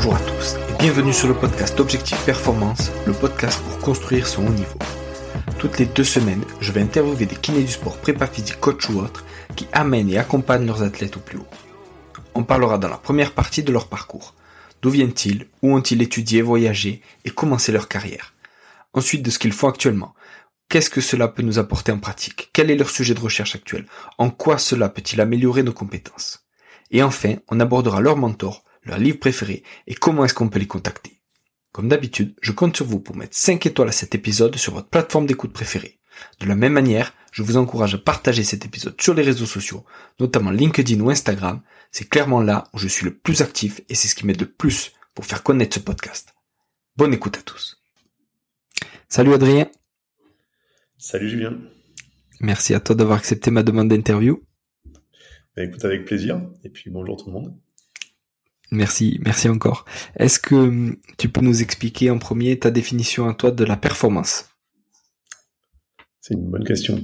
Bonjour à tous et bienvenue sur le podcast Objectif Performance, le podcast pour construire son haut niveau. Toutes les 2 semaines, je vais interviewer des kinés du sport, prépa physique, coach ou autres, qui amènent et accompagnent leurs athlètes au plus haut. On parlera dans la première partie de leur parcours. D'où viennent-ils, où ont-ils étudié, voyagé et commencé leur carrière. Ensuite de ce qu'ils font actuellement. Qu'est-ce que cela peut nous apporter en pratique? Quel est leur sujet de recherche actuel? En quoi cela peut-il améliorer nos compétences? Et enfin, on abordera leur mentor, leur livre préféré et comment est-ce qu'on peut les contacter. Comme d'habitude, je compte sur vous pour mettre 5 étoiles à cet épisode sur votre plateforme d'écoute préférée. De la même manière, je vous encourage à partager cet épisode sur les réseaux sociaux, notamment LinkedIn ou Instagram. C'est clairement là où je suis le plus actif et c'est ce qui m'aide le plus pour faire connaître ce podcast. Bonne écoute à tous. Salut Adrien. Salut Julien. Merci à toi d'avoir accepté ma demande d'interview. Écoute, avec plaisir. Et puis bonjour tout le monde. Merci encore. Est-ce que tu peux nous expliquer en premier ta définition à toi de la performance? C'est une bonne question.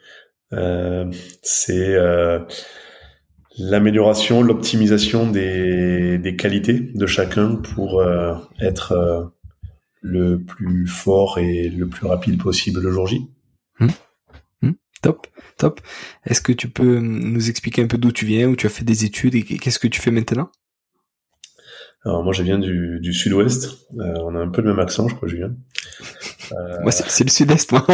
C'est l'amélioration, l'optimisation des qualités de chacun pour être le plus fort et le plus rapide possible le jour J. Top. Est-ce que tu peux nous expliquer un peu d'où tu viens, où tu as fait des études et qu'est-ce que tu fais maintenant? Alors moi je viens du sud-ouest, on a un peu le même accent je crois Julien. Moi c'est le sud-est moi.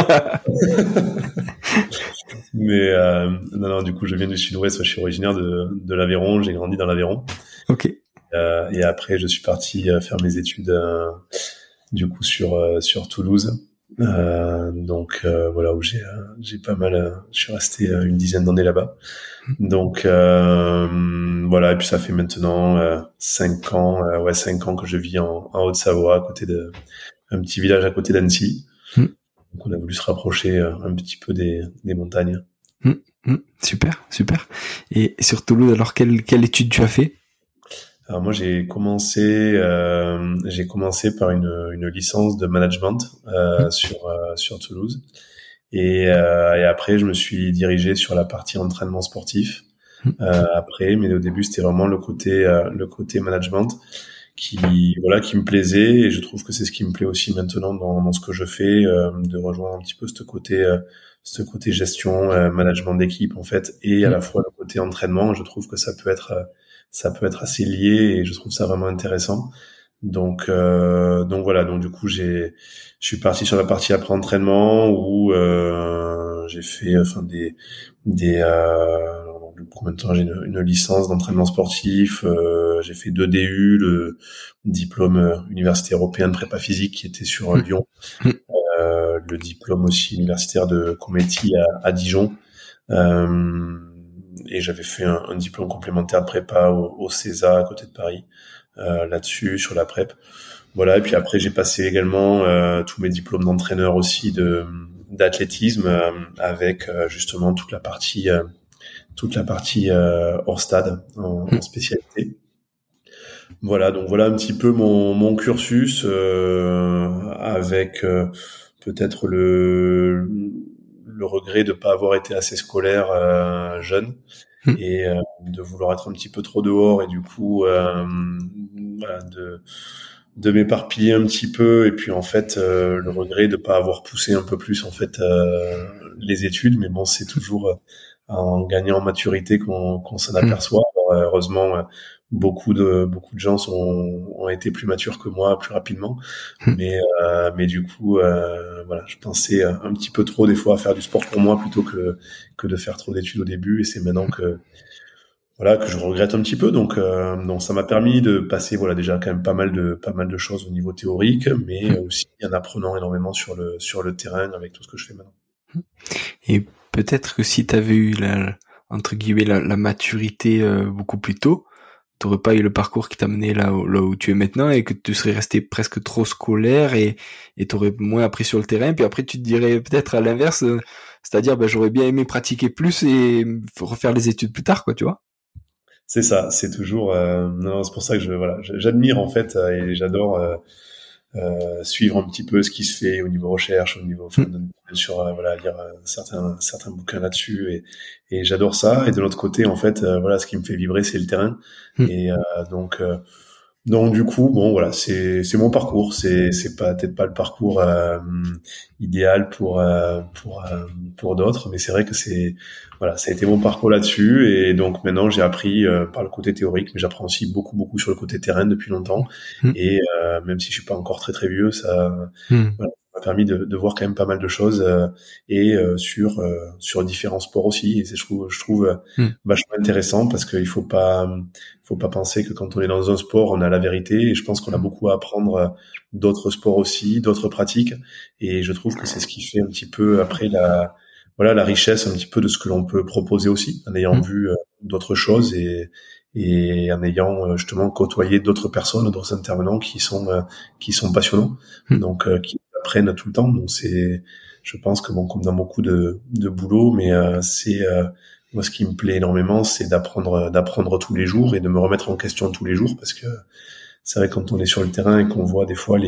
Mais non du coup je viens du sud-ouest, je suis originaire de l'Aveyron, j'ai grandi dans l'Aveyron. Ok. Et après je suis parti faire mes études du coup sur Toulouse. Donc voilà où j'ai pas mal je suis resté une dizaine d'années là-bas. Donc voilà, et puis ça fait maintenant 5 ans que je vis en Haute-Savoie, à côté un petit village à côté d'Annecy. Donc on a voulu se rapprocher un petit peu des montagnes. Super. Et sur Toulouse, alors quelle étude tu as fait? Alors moi j'ai commencé par une licence de management sur Toulouse. Et après, je me suis dirigé sur la partie entraînement sportif. Après, mais au début, c'était vraiment le côté management qui me plaisait. Et je trouve que c'est ce qui me plaît aussi maintenant dans ce que je fais, de rejoindre un petit peu ce côté gestion, management d'équipe en fait, et à la fois le côté entraînement. Je trouve que ça peut être assez lié et je trouve ça vraiment intéressant. Donc voilà, donc du coup je suis parti sur la partie après entraînement où j'ai fait combien de temps j'ai une licence d'entraînement sportif, j'ai fait 2 DU, le diplôme université européen de prépa physique qui était sur Lyon, le diplôme aussi universitaire de Cometti à Dijon. Et j'avais fait un diplôme complémentaire de prépa au CESA à côté de Paris. Là-dessus sur la prep, voilà. Et puis après j'ai passé également tous mes diplômes d'entraîneur aussi d'athlétisme avec justement toute la partie hors stade en spécialité. Voilà, donc voilà un petit peu mon cursus avec peut-être le regret de pas avoir été assez scolaire jeune. Et de vouloir être un petit peu trop dehors et du coup voilà, de m'éparpiller un petit peu, et puis en fait le regret de pas avoir poussé un peu plus en fait les études, mais bon, c'est toujours en gagnant en maturité qu'on s'en aperçoit. Alors, heureusement beaucoup de gens ont été plus matures que moi plus rapidement, mais du coup voilà, je pensais un petit peu trop des fois à faire du sport pour moi plutôt que de faire trop d'études au début, et c'est maintenant que je regrette un petit peu. Donc ça m'a permis de passer déjà quand même pas mal de choses au niveau théorique, mais aussi en apprenant énormément sur le terrain avec tout ce que je fais maintenant. Et peut-être que si tu avais eu entre guillemets la maturité beaucoup plus tôt, t'aurais pas eu le parcours qui t'a mené là où tu es maintenant, et que tu serais resté presque trop scolaire et t'aurais moins appris sur le terrain. Puis après tu te dirais peut-être à l'inverse, c'est-à-dire j'aurais bien aimé pratiquer plus et refaire les études plus tard, quoi, tu vois. C'est ça, c'est toujours non, c'est pour ça que j'admire en fait et j'adore suivre un petit peu ce qui se fait au niveau recherche, au niveau lire certains bouquins là-dessus, et j'adore ça. Et de l'autre côté en fait ce qui me fait vibrer c'est le terrain. Et donc Donc du coup, bon voilà, c'est mon parcours. C'est pas peut-être pas le parcours idéal pour d'autres, mais c'est vrai que c'est voilà, ça a été mon parcours là-dessus. Et donc maintenant, j'ai appris par le côté théorique, mais j'apprends aussi beaucoup sur le côté terrain depuis longtemps. Mm. Et même si je suis pas encore très vieux, ça Mm. voilà, ça m'a permis de voir quand même pas mal de choses et sur différents sports aussi. Et je trouve Mm. vachement intéressant parce qu'il faut pas penser que quand on est dans un sport, on a la vérité. Et je pense qu'on a beaucoup à apprendre d'autres sports aussi, d'autres pratiques. Et je trouve que c'est ce qui fait un petit peu après la richesse un petit peu de ce que l'on peut proposer aussi, en ayant Mm. vu d'autres choses et en ayant justement côtoyé d'autres personnes, d'autres intervenants qui sont passionnants, Mm. donc qui apprennent tout le temps. Donc je pense que bon, comme dans beaucoup de boulot, mais moi, ce qui me plaît énormément, c'est d'apprendre tous les jours et de me remettre en question tous les jours, parce que c'est vrai, quand on est sur le terrain et qu'on voit des fois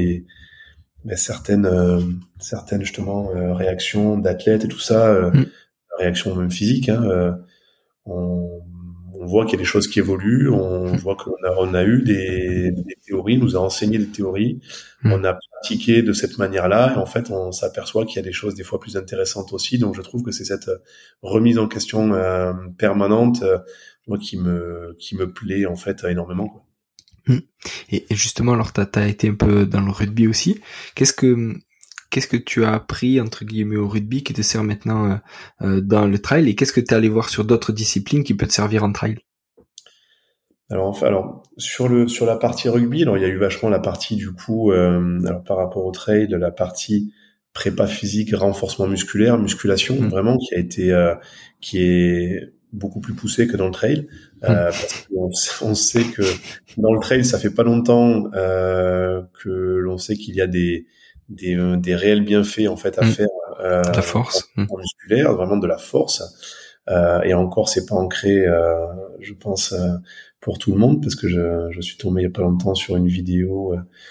certaines justement réactions d'athlètes et tout ça, Mm. réactions même physiques, hein, on, on voit qu'il y a des choses qui évoluent, on voit qu'on a eu des théories, on nous a enseigné des théories, Mm. on a pratiqué de cette manière-là, et en fait, on s'aperçoit qu'il y a des choses des fois plus intéressantes aussi. Donc, je trouve que c'est cette remise en question permanente, moi, qui me plaît en fait énormément, quoi. Mm. Et justement, alors t'as été un peu dans le rugby aussi. Qu'est-ce que tu as appris entre guillemets au rugby qui te sert maintenant dans le trail, et qu'est-ce que t'es allé voir sur d'autres disciplines qui peut te servir en trail? Alors sur la partie rugby, alors il y a eu vachement la partie du coup, alors par rapport au trail, la partie prépa physique, renforcement musculaire, musculation, Mm. vraiment qui est beaucoup plus poussée que dans le trail, Mm. parce qu'on sait que dans le trail, ça fait pas longtemps que l'on sait qu'il y a des réels bienfaits en fait à Mm. faire La en force. Mm. en musculaire, vraiment de la force. Et encore, c'est pas ancré, je pense, pour tout le monde, parce que je suis tombé il y a pas longtemps sur une vidéo,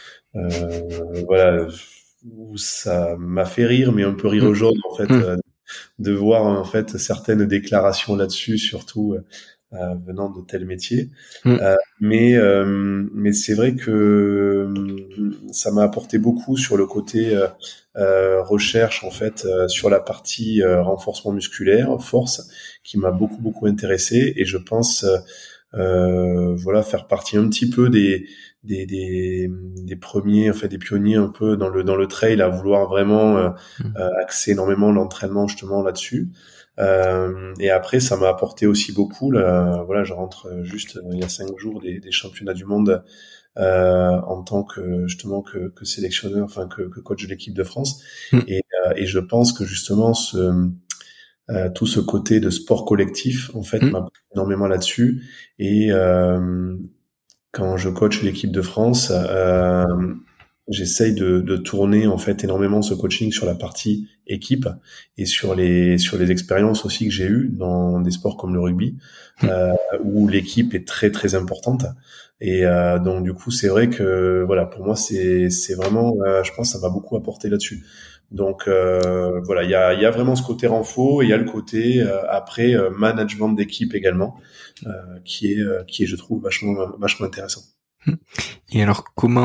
voilà, où ça m'a fait rire, mais un peu rire Mm. jaune en fait, Mm. de voir en fait certaines déclarations là-dessus, surtout venant de tels métiers. Mm. Mais c'est vrai que ça m'a apporté beaucoup sur le côté recherche en fait sur la partie renforcement musculaire, force, qui m'a beaucoup intéressé, et je pense voilà, faire partie un petit peu des premiers, en fait des pionniers un peu dans le trail, à vouloir vraiment Mm. axer énormément l'entraînement justement là-dessus. Et après, ça m'a apporté aussi beaucoup. Là, voilà, je rentre juste il y a 5 jours des championnats du monde en tant que justement que sélectionneur, enfin que coach de l'équipe de France. Mm. Et je pense que justement tout ce côté de sport collectif en fait Mm. m'a pris énormément là-dessus. Et quand je coach l'équipe de France, j'essaye de tourner en fait énormément ce coaching sur la partie équipe et sur les expériences aussi que j'ai eues dans des sports comme le rugby, Mm. où l'équipe est très importante. Et donc du coup, c'est vrai que voilà, pour moi, c'est vraiment, je pense, que ça m'a beaucoup apporté là-dessus. Donc voilà, il y a vraiment ce côté renfort, et il y a le côté après management d'équipe également, qui est, je trouve, vachement intéressant. Mm. Et alors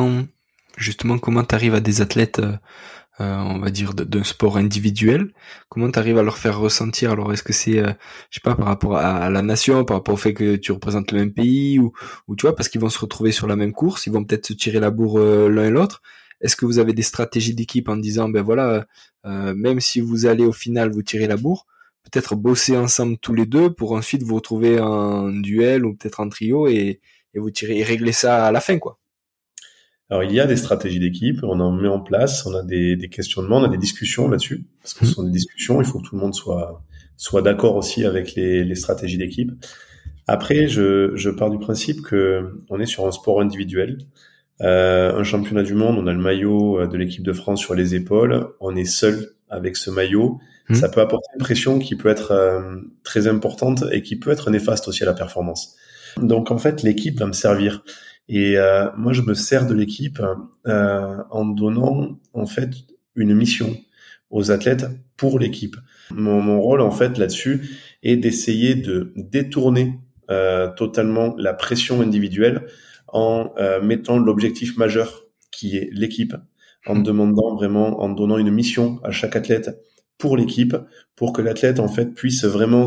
comment t'arrives à des athlètes, on va dire d'un sport individuel, comment t'arrives à leur faire ressentir? Alors est-ce que c'est, je sais pas, par rapport à la nation, par rapport au fait que tu représentes le même pays, ou tu vois, parce qu'ils vont se retrouver sur la même course, ils vont peut-être se tirer la bourre l'un et l'autre. Est-ce que vous avez des stratégies d'équipe en disant, ben voilà, même si vous allez au final vous tirer la bourre, peut-être bosser ensemble tous les deux pour ensuite vous retrouver en duel ou peut-être en trio, et vous tirer et régler ça à la fin, quoi. Alors, il y a des stratégies d'équipe, on en met en place, on a des questionnements, on a des discussions là-dessus, parce que ce Mm. sont des discussions, il faut que tout le monde soit d'accord aussi avec les stratégies d'équipe. Après, je pars du principe que on est sur un sport individuel. Un championnat du monde, on a le maillot de l'équipe de France sur les épaules, on est seul avec ce maillot. Mm. Ça peut apporter une pression qui peut être très importante et qui peut être néfaste aussi à la performance. Donc en fait, l'équipe va me servir. Et moi, je me sers de l'équipe en donnant en fait une mission aux athlètes pour l'équipe. Mon rôle en fait là-dessus est d'essayer de détourner totalement la pression individuelle en mettant l'objectif majeur qui est l'équipe, en demandant vraiment, en donnant une mission à chaque athlète pour l'équipe, pour que l'athlète en fait puisse vraiment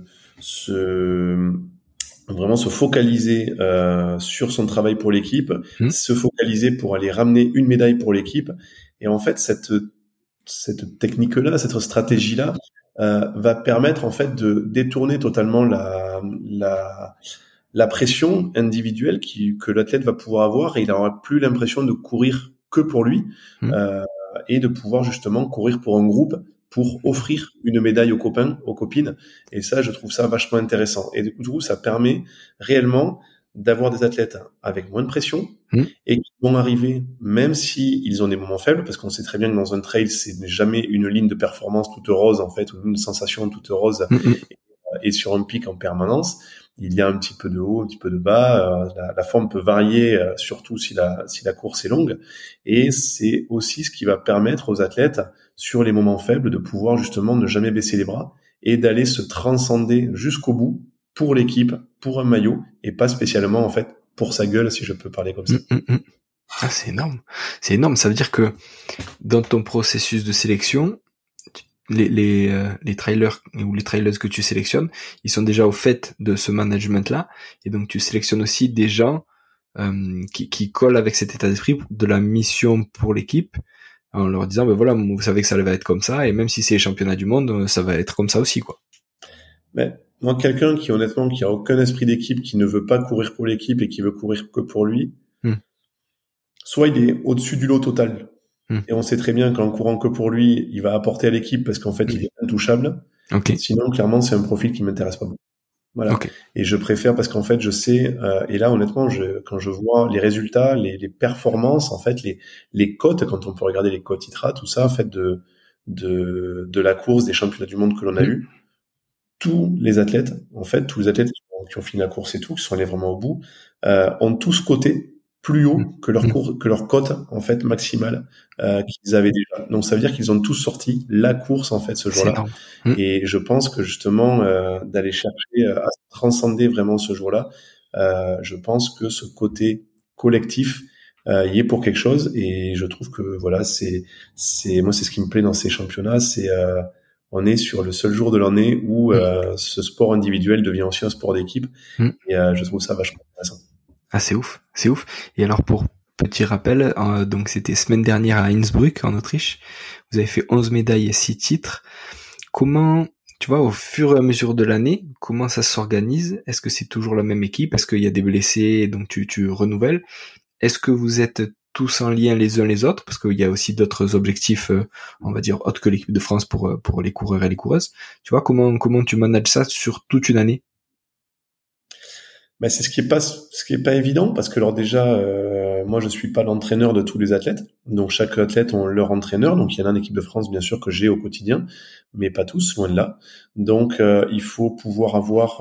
vraiment se focaliser sur son travail pour l'équipe, se focaliser pour aller ramener une médaille pour l'équipe. Et en fait, cette technique-là, cette stratégie-là, va permettre en fait de détourner totalement la pression individuelle que l'athlète va pouvoir avoir, et il n'aura plus l'impression de courir que pour lui, et de pouvoir justement courir pour un groupe, pour offrir une médaille aux copains, aux copines. Et ça, je trouve ça vachement intéressant. Et du coup, ça permet réellement d'avoir des athlètes avec moins de pression et qui vont arriver, même si ils ont des moments faibles, parce qu'on sait très bien que dans un trail, c'est jamais une ligne de performance toute rose, en fait, ou une sensation toute rose et sur un pic en permanence. Il y a un petit peu de haut, un petit peu de bas. La forme peut varier, surtout si la course est longue. Et c'est aussi ce qui va permettre aux athlètes, sur les moments faibles, de pouvoir justement ne jamais baisser les bras et d'aller se transcender jusqu'au bout pour l'équipe, pour un maillot, et pas spécialement en fait pour sa gueule, si je peux parler comme ça. Ah, c'est énorme. C'est énorme. Ça veut dire que dans ton processus de sélection, les trailers ou les trailers que tu sélectionnes, ils sont déjà au fait de ce management-là, et donc tu sélectionnes aussi des gens qui collent avec cet état d'esprit de la mission pour l'équipe, en leur disant ben voilà, vous savez que ça va être comme ça, et même si c'est les championnats du monde, ça va être comme ça aussi, quoi. Mais moi, quelqu'un qui honnêtement qui a aucun esprit d'équipe, qui ne veut pas courir pour l'équipe et qui veut courir que pour lui, soit il est au-dessus du lot total. Et on sait très bien qu'en courant que pour lui, il va apporter à l'équipe parce qu'en fait, il est intouchable. Sinon, clairement, c'est un profil qui m'intéresse pas beaucoup. Voilà. Et je préfère parce qu'en fait, je sais, et là, honnêtement, quand je vois les résultats, les performances, en fait, les cotes, quand on peut regarder les cotes ITRA, tout ça, en fait, de la course, des championnats du monde que l'on a eu, tous les athlètes qui ont fini la course et tout, qui sont allés vraiment au bout, ont tous coté plus haut que leur cote en fait maximale qu'ils avaient déjà. Donc ça veut dire qu'ils ont tous sorti la course en fait ce jour-là. Et je pense que justement d'aller chercher à transcender vraiment ce jour-là, je pense que ce côté collectif y est pour quelque chose. Et je trouve que voilà, c'est moi c'est ce qui me plaît dans ces championnats, c'est on est sur le seul jour de l'année où ce sport individuel devient aussi un sport d'équipe. Et je trouve ça vachement intéressant. Ah, c'est ouf, c'est ouf. Et alors, pour petit rappel, donc c'était semaine dernière à Innsbruck, en Autriche. Vous avez fait 11 médailles et 6 titres. Comment, tu vois, au fur et à mesure de l'année, comment ça s'organise? Est-ce que c'est toujours la même équipe? Est-ce qu'il y a des blessés, donc tu renouvelles? Est-ce que vous êtes tous en lien les uns les autres? Parce qu'il y a aussi d'autres objectifs, on va dire, autres que l'équipe de France pour les coureurs et les coureuses. Tu vois, comment tu manages ça sur toute une année? Ben c'est ce qui est pas évident parce que alors déjà moi je suis pas l'entraîneur de tous les athlètes, donc chaque athlète ont leur entraîneur, donc il y en a en équipe de France bien sûr que j'ai au quotidien, mais pas tous, loin de là. Donc il faut pouvoir avoir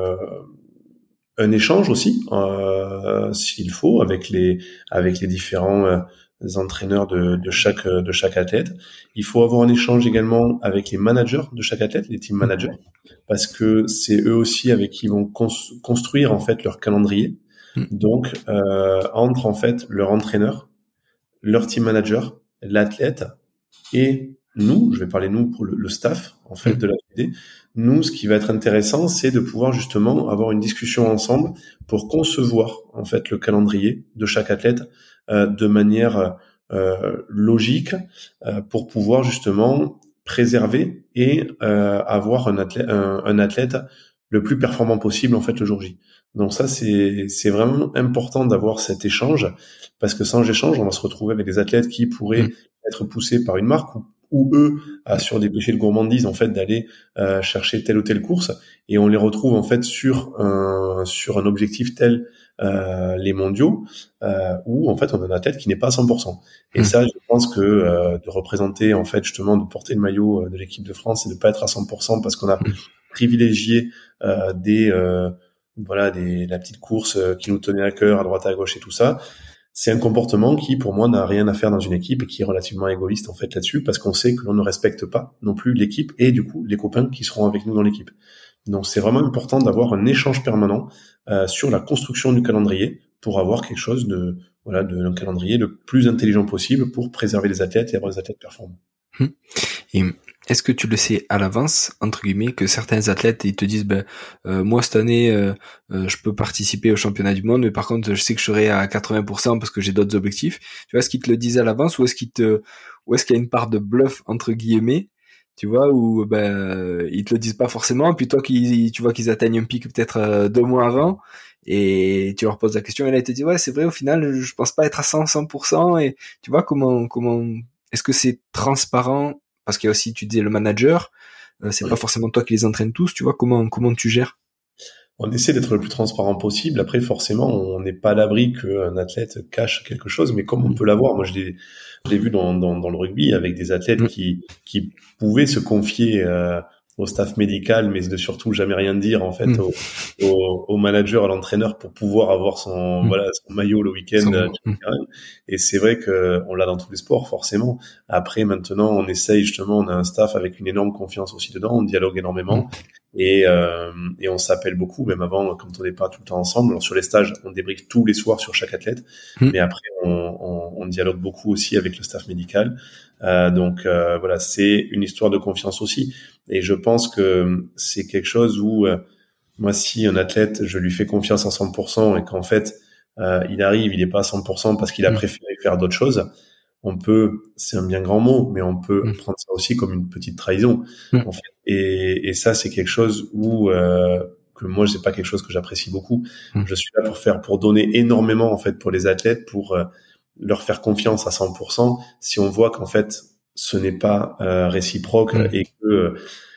un échange aussi s'il faut avec les différents entraîneurs de chaque athlète. Il faut avoir un échange également avec les managers de chaque athlète, les team managers, parce que c'est eux aussi avec qui ils vont construire en fait leur calendrier. Donc entre en fait leur entraîneur, leur team manager, l'athlète et nous, je vais parler nous pour le staff en fait de la FED. Nous, ce qui va être intéressant, c'est de pouvoir justement avoir une discussion ensemble pour concevoir en fait le calendrier de chaque athlète de manière logique pour pouvoir justement préserver et avoir un athlète le plus performant possible en fait le jour J. Donc ça c'est vraiment important d'avoir cet échange parce que sans échange, on va se retrouver avec des athlètes qui pourraient être poussés par une marque ou eux sur des péchés de gourmandise en fait d'aller chercher telle ou telle course et on les retrouve en fait sur un objectif tel les mondiaux où en fait on a un athlète qui n'est pas à 100%. Et ça, je pense que de représenter en fait justement de porter le maillot de l'équipe de France et de pas être à 100% parce qu'on a privilégié la petite course qui nous tenait à cœur à droite à gauche et tout ça. C'est un comportement qui, pour moi, n'a rien à faire dans une équipe et qui est relativement égoïste, en fait, là-dessus, parce qu'on sait que l'on ne respecte pas non plus l'équipe et, du coup, les copains qui seront avec nous dans l'équipe. Donc, c'est vraiment important d'avoir un échange permanent sur la construction du calendrier pour avoir quelque chose d'un calendrier le plus intelligent possible pour préserver les athlètes et avoir des athlètes performants. Et est-ce que tu le sais à l'avance, entre guillemets, que certains athlètes, ils te disent, moi cette année, je peux participer au championnat du monde, mais par contre, je sais que je serai à 80% parce que j'ai d'autres objectifs. Tu vois, est-ce qu'ils te le disent à l'avance ou est-ce qu'il y a une part de bluff, entre guillemets, tu vois, où ils te le disent pas forcément, puis toi tu vois qu'ils atteignent un pic peut-être 2 mois avant, et tu leur poses la question, et là ils te disent ouais c'est vrai, au final je pense pas être à 100%, et tu vois comment est-ce que c'est transparent, parce qu'il y a aussi, tu disais, le manager, c'est pas forcément toi qui les entraînes tous, tu vois, comment tu gères? On essaie d'être le plus transparent possible. Après, forcément, on n'est pas à l'abri qu'un athlète cache quelque chose, mais comme on peut l'avoir, moi, je l'ai vu dans le rugby avec des athlètes qui pouvaient se confier au staff médical, mais de surtout jamais rien dire en fait au manager, à l'entraîneur pour pouvoir avoir son maillot le week-end. Et c'est vrai que on l'a dans tous les sports forcément. Après, maintenant, on essaye justement, on a un staff avec une énorme confiance aussi dedans, on dialogue énormément. Et on s'appelle beaucoup, même avant, quand on n'est pas tout le temps ensemble. Alors sur les stages, on débriefe tous les soirs sur chaque athlète, mais après on dialogue beaucoup aussi avec le staff médical. Donc voilà, c'est une histoire de confiance aussi. Et je pense que c'est quelque chose où moi, si un athlète, je lui fais confiance à 100% et qu'en fait il arrive, il n'est pas à 100% parce qu'il a préféré faire d'autres choses, on peut, c'est un bien grand mot, mais on peut prendre ça aussi comme une petite trahison, en fait. Et ça, c'est quelque chose où que moi, c'est pas quelque chose que j'apprécie beaucoup. Je suis là pour donner énormément en fait pour les athlètes, pour leur faire confiance à 100%. Si on voit qu'en fait, ce n'est pas réciproque et que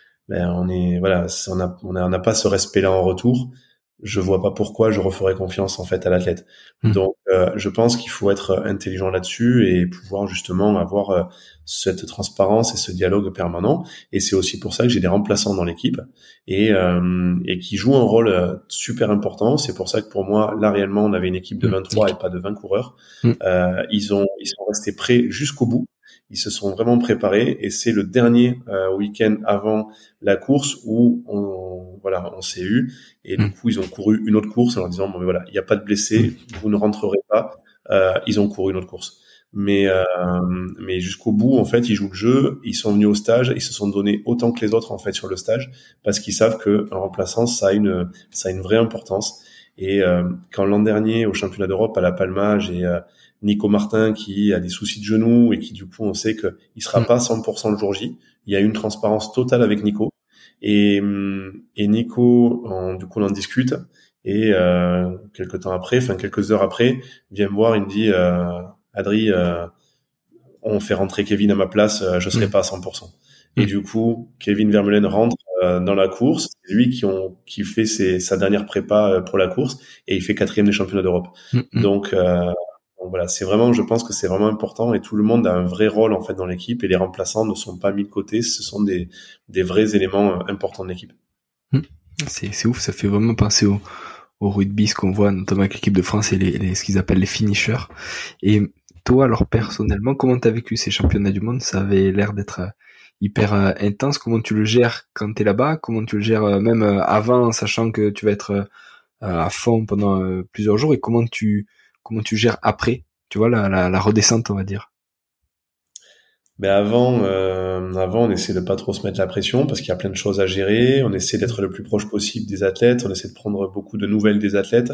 on n'a pas ce respect-là en retour, je vois pas pourquoi je referais confiance en fait à l'athlète. Donc je pense qu'il faut être intelligent là-dessus et pouvoir justement avoir cette transparence et ce dialogue permanent. Et c'est aussi pour ça que j'ai des remplaçants dans l'équipe et qui jouent un rôle super important. C'est pour ça que pour moi, là réellement, on avait une équipe de 23 et pas de 20 coureurs. Ils sont restés prêts jusqu'au bout. Ils se sont vraiment préparés et c'est le dernier week-end avant la course où on s'est eu et du coup ils ont couru une autre course en leur disant bon mais voilà, il n'y a pas de blessés, vous ne rentrerez pas. Ils ont couru une autre course, mais jusqu'au bout en fait ils jouent le jeu. Ils sont venus au stage, ils se sont donné autant que les autres en fait sur le stage parce qu'ils savent que un remplaçant ça a une vraie importance. Et quand l'an dernier au championnat d'Europe à La Palma, j'ai Nico Martin qui a des soucis de genoux et qui du coup on sait que il sera pas 100% le jour J. Il y a une transparence totale avec Nico et Nico du coup on en discute et quelques heures après vient me voir, il me dit Adri, on fait rentrer Kevin à ma place, je serai pas à 100%. Et du coup Kevin Vermeulen rentre dans la course, c'est lui qui fait sa dernière prépa pour la course et il fait 4e des championnats d'Europe. Donc voilà, je pense que c'est vraiment important et tout le monde a un vrai rôle en fait dans l'équipe et les remplaçants ne sont pas mis de côté, ce sont des vrais éléments importants de l'équipe. C'est ouf, ça fait vraiment penser au rugby, ce qu'on voit notamment avec l'équipe de France et ce qu'ils appellent les finishers. Et toi, alors personnellement, comment t'as vécu ces championnats du monde? Ça avait l'air d'être hyper intense. Comment tu le gères quand t'es là-bas? Comment tu le gères même avant, sachant que tu vas être à fond pendant plusieurs jours? Et comment tu gères après, tu vois, la redescente, on va dire? Ben avant, on essaie de pas trop se mettre la pression parce qu'il y a plein de choses à gérer. On essaie d'être le plus proche possible des athlètes. On essaie de prendre beaucoup de nouvelles des athlètes.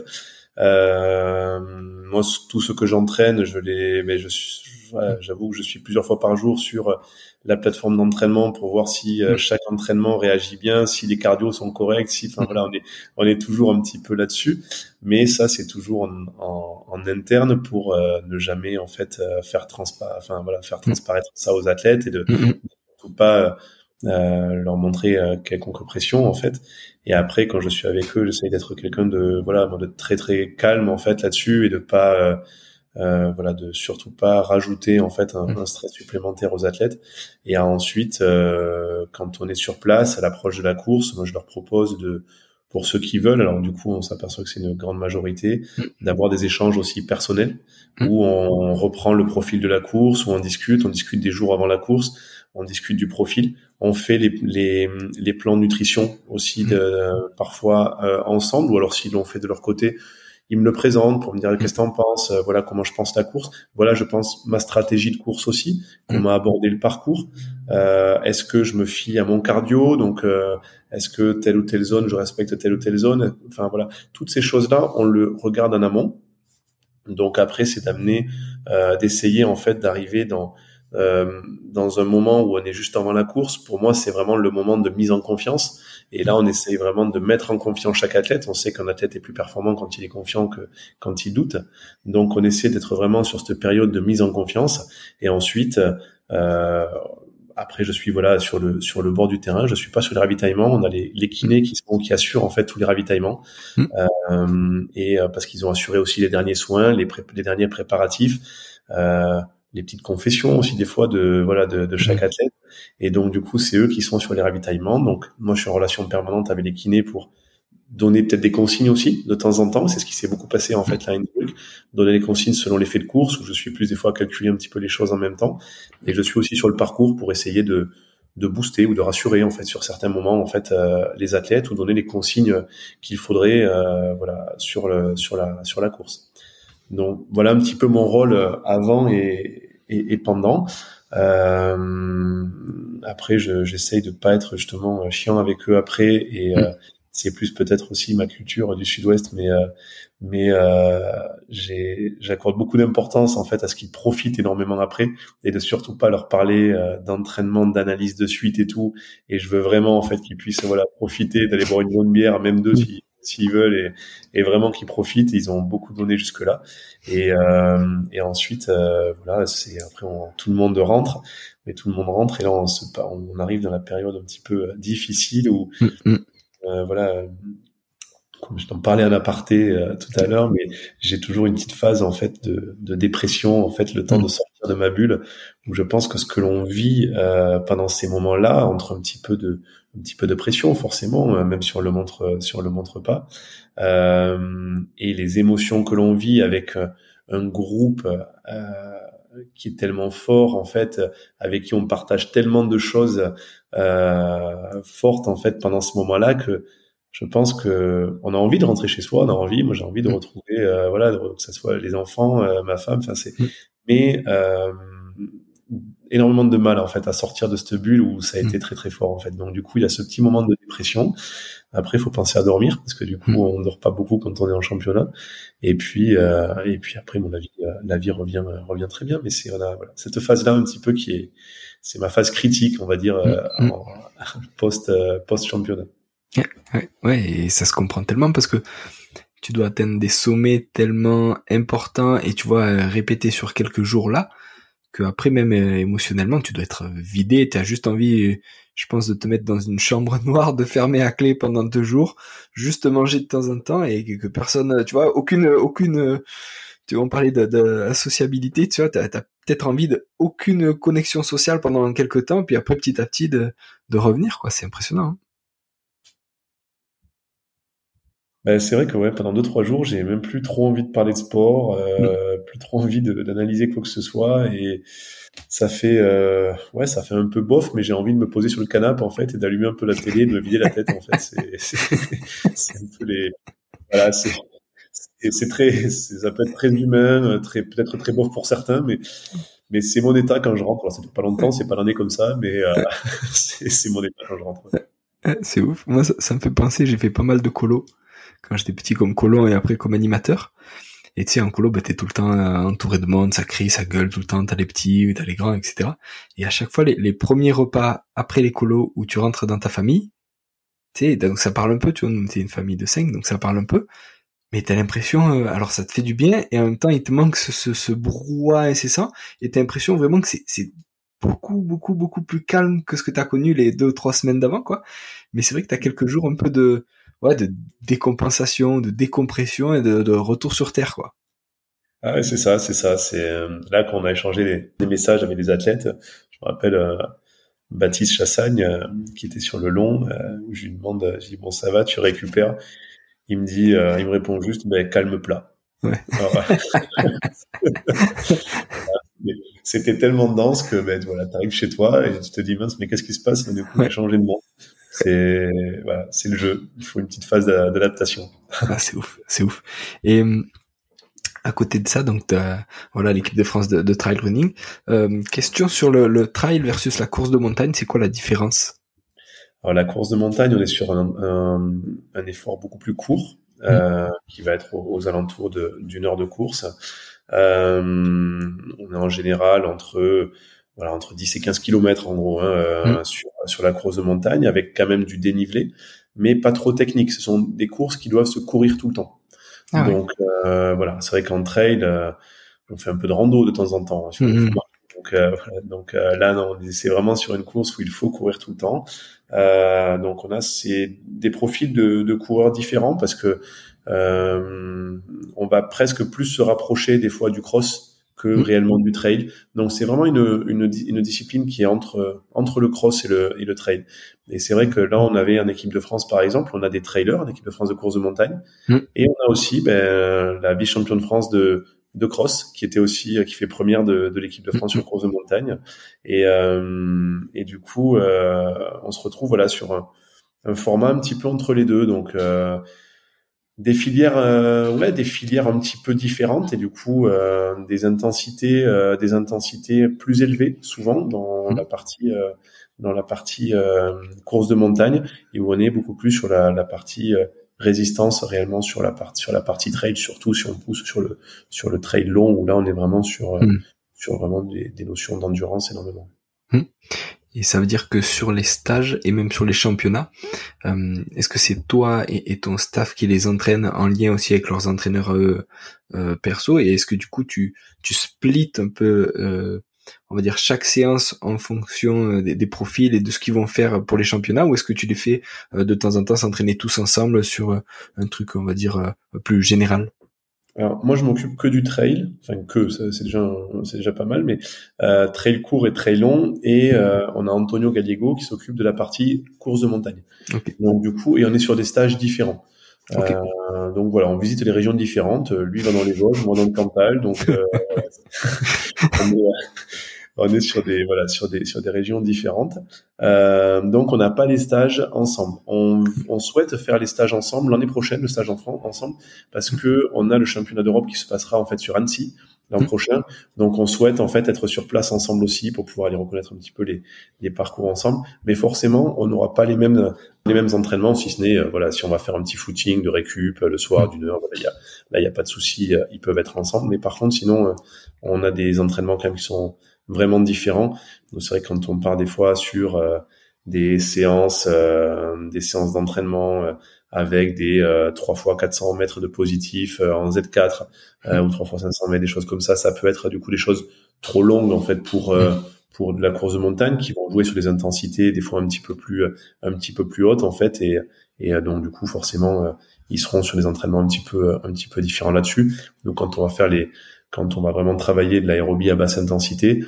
Moi, tout ce que j'entraîne, j'avoue que je suis plusieurs fois par jour sur la plateforme d'entraînement pour voir si chaque entraînement réagit bien, si les cardios sont corrects, on est toujours un petit peu là-dessus. Mais ça, c'est toujours en interne pour ne jamais en fait faire transparaître ça aux athlètes et de surtout pas leur montrer quelconque pression en fait. Et après, quand je suis avec eux, j'essaie d'être quelqu'un de très très calme en fait là-dessus et de pas de surtout pas rajouter en fait un stress supplémentaire aux athlètes. Et ensuite, quand on est sur place à l'approche de la course, moi je leur propose pour ceux qui veulent, alors du coup on s'aperçoit que c'est une grande majorité, d'avoir des échanges aussi personnels où on reprend le profil de la course, où on discute des jours avant la course, on discute du profil, on fait les plans de nutrition aussi parfois ensemble, ou alors s'ils l'ont fait de leur côté, il me le présente pour me dire qu'est-ce que t'en penses, voilà comment je pense la course, voilà je pense ma stratégie de course aussi, comment aborder le parcours, est-ce que je me fie à mon cardio, donc est-ce que telle ou telle zone je respecte telle ou telle zone, enfin voilà, toutes ces choses-là on le regarde en amont. Donc après c'est d'essayer en fait d'arriver dans un moment où on est juste avant la course. Pour moi, c'est vraiment le moment de mise en confiance. Et là, on essaye vraiment de mettre en confiance chaque athlète. On sait qu'un athlète est plus performant quand il est confiant que quand il doute. Donc, on essaie d'être vraiment sur cette période de mise en confiance. Et ensuite, après, je suis sur le bord du terrain. Je suis pas sur les ravitaillements. On a les kinés qui assurent en fait tous les ravitaillements, parce qu'ils ont assuré aussi les derniers soins, les derniers préparatifs. Les petites confessions aussi des fois de chaque athlète, et donc du coup c'est eux qui sont sur les ravitaillements. Donc moi je suis en relation permanente avec les kinés pour donner peut-être des consignes aussi de temps en temps. C'est ce qui s'est beaucoup passé en fait là à Innsbruck, donner les consignes selon l'effet de course, où je suis plus des fois à calculer un petit peu les choses en même temps, et je suis aussi sur le parcours pour essayer de booster ou de rassurer en fait sur certains moments en fait les athlètes, ou donner les consignes qu'il faudrait sur la course. Donc voilà un petit peu mon rôle avant et pendant. Après, j'essaye de pas être justement chiant avec eux après, et c'est plus peut-être aussi ma culture du Sud-Ouest, mais j'accorde beaucoup d'importance en fait à ce qu'ils profitent énormément après, et de surtout pas leur parler d'entraînement, d'analyse de suite et tout. Et je veux vraiment en fait qu'ils puissent profiter d'aller boire une bonne bière, même deux s'ils veulent, et vraiment qu'ils profitent. Ils ont beaucoup donné jusque là, et ensuite c'est après tout le monde rentre, et là on arrive dans la période un petit peu difficile où comme je t'en parlais en aparté tout à l'heure, mais j'ai toujours une petite phase en fait de dépression, en fait, le temps de sortir de ma bulle, où je pense que ce que l'on vit pendant ces moments-là, entre un petit peu de pression forcément, même si on le montre pas, et les émotions que l'on vit avec un groupe qui est tellement fort en fait, avec qui on partage tellement de choses fortes en fait pendant ce moment-là, que je pense que on a envie de rentrer chez soi, moi j'ai envie de retrouver que ça soit les enfants, ma femme, mais énormément de mal en fait à sortir de cette bulle où ça a été très très fort en fait. Donc du coup il y a ce petit moment de dépression. Après il faut penser à dormir, parce que du coup on dort pas beaucoup quand on est en championnat. Et puis après la vie revient très bien. Mais c'est cette phase là un petit peu c'est ma phase critique, on va dire, en post championnat. Ouais, et ça se comprend tellement, parce que tu dois atteindre des sommets tellement importants, et tu vois, répéter sur quelques jours là, que après même émotionnellement tu dois être vidé. T'as juste envie, je pense, de te mettre dans une chambre noire, de fermer à clé pendant 2 jours, juste manger de temps en temps, et que personne, tu vois, aucune, tu vois, on parlait de sociabilité, tu vois, t'as peut-être envie aucune connexion sociale pendant quelques temps, puis après petit à petit de revenir, quoi. C'est impressionnant, hein. C'est vrai que pendant 2-3 jours, j'ai même plus trop envie de parler de sport, plus trop envie d'analyser quoi que ce soit, et ça fait un peu bof, mais j'ai envie de me poser sur le canapé en fait, et d'allumer un peu la télé, de me vider la tête en fait. C'est un peu ça peut être très humain, peut-être très bof pour certains, mais c'est mon état quand je rentre. Alors ça fait pas longtemps, c'est pas l'année comme ça, mais c'est mon état quand je rentre. C'est ouf. Moi ça me fait penser, j'ai fait pas mal de colo quand j'étais petit, comme colo et après comme animateur. Et tu sais, en colo, t'es tout le temps entouré de monde, ça crie, ça gueule tout le temps, t'as les petits, t'as les grands, etc. Et à chaque fois, les premiers repas après les colos où tu rentres dans ta famille, tu sais, donc ça parle un peu, tu vois, nous, t'es une famille de 5, donc ça parle un peu, mais t'as l'impression, alors ça te fait du bien, et en même temps, il te manque ce brouhaha incessant, et t'as l'impression vraiment que c'est beaucoup plus calme que ce que t'as connu les 2 ou 3 semaines d'avant, quoi. Mais c'est vrai que t'as quelques jours un peu de décompensation, de décompression, et de retour sur terre, quoi. Ah ouais, c'est ça. C'est là qu'on a échangé des messages avec des athlètes. Je me rappelle Baptiste Chassagne qui était sur le long, où je lui demande, je dis bon ça va, tu récupères? Il me répond juste calme plat. Ouais. Alors, c'était tellement dense que t'arrives chez toi et tu te dis mince, mais qu'est-ce qui se passe? Du coup, j'ai changé de monde. c'est le jeu. Il faut une petite phase d'adaptation. Ah, c'est ouf. Et à côté de ça, donc voilà l'équipe de France de trail running. Question sur le trail versus la course de montagne, c'est quoi la différence? Alors la course de montagne, on est sur un effort beaucoup plus court, qui va être aux alentours d'une heure de course. On est en général entre 10 et 15 kilomètres en gros, sur la course de montagne, avec quand même du dénivelé, mais pas trop technique. Ce sont des courses qui doivent se courir tout le temps. Ah, donc voilà, c'est vrai qu'en trail, on fait un peu de rando de temps en temps. Donc là, non, c'est vraiment sur une course où il faut courir tout le temps. Donc c'est des profils de coureurs différents parce que on va presque plus se rapprocher des fois du cross que réellement du trail. Donc c'est vraiment une discipline qui est entre le cross et le trail. Et c'est vrai que là, on avait en équipe de France, par exemple, on a des trailers en équipe de France de course de montagne, et on a aussi la vice-championne de France de cross qui était aussi qui fait première de l'équipe de France sur course de montagne. Et du coup, on se retrouve voilà sur un format un petit peu entre les deux. Donc des filières un petit peu différentes, et du coup des intensités plus élevées souvent dans la partie course de montagne, et où on est beaucoup plus sur la partie résistance réellement sur la partie trail, surtout si on pousse sur le trail long, où là on est vraiment sur vraiment des notions d'endurance énormément. Et ça veut dire que sur les stages et même sur les championnats, est-ce que c'est toi et ton staff qui les entraînent en lien aussi avec leurs entraîneurs perso, et est-ce que du coup tu splits un peu on va dire chaque séance en fonction des profils et de ce qu'ils vont faire pour les championnats, ou est-ce que tu les fais de temps en temps s'entraîner tous ensemble sur un truc on va dire plus général? Alors moi je m'occupe que du trail, c'est déjà pas mal, mais trail court et trail long, et on a Antonio Gallego qui s'occupe de la partie course de montagne. Okay. Donc du coup, et on est sur des stages différents. Okay. Donc voilà, on visite les régions différentes. Lui va dans les Vosges, moi dans le Cantal, donc on est sur des régions différentes. Donc on n'a pas les stages ensemble. On souhaite faire les stages ensemble l'année prochaine, le stage en France ensemble, parce que on a le championnat d'Europe qui se passera en fait sur Annecy l'an prochain. Donc on souhaite en fait être sur place ensemble aussi pour pouvoir aller reconnaître un petit peu les parcours ensemble. Mais forcément, on n'aura pas les mêmes entraînements, si ce n'est si on va faire un petit footing de récup le soir d'une heure, il y a pas de souci, ils peuvent être ensemble. Mais par contre, sinon, on a des entraînements quand même qui sont vraiment différents. Donc c'est vrai que quand on part des fois sur des séances d'entraînement avec des 3 fois 400 mètres de positif en Z4 ou 3 fois 500 mètres, des choses comme ça peut être du coup des choses trop longues en fait pour de la course de montagne, qui vont jouer sur des intensités des fois un petit peu plus hautes en fait, et donc du coup forcément ils seront sur des entraînements un petit peu différents là-dessus. Donc quand on va vraiment travailler de l'aérobie à basse intensité,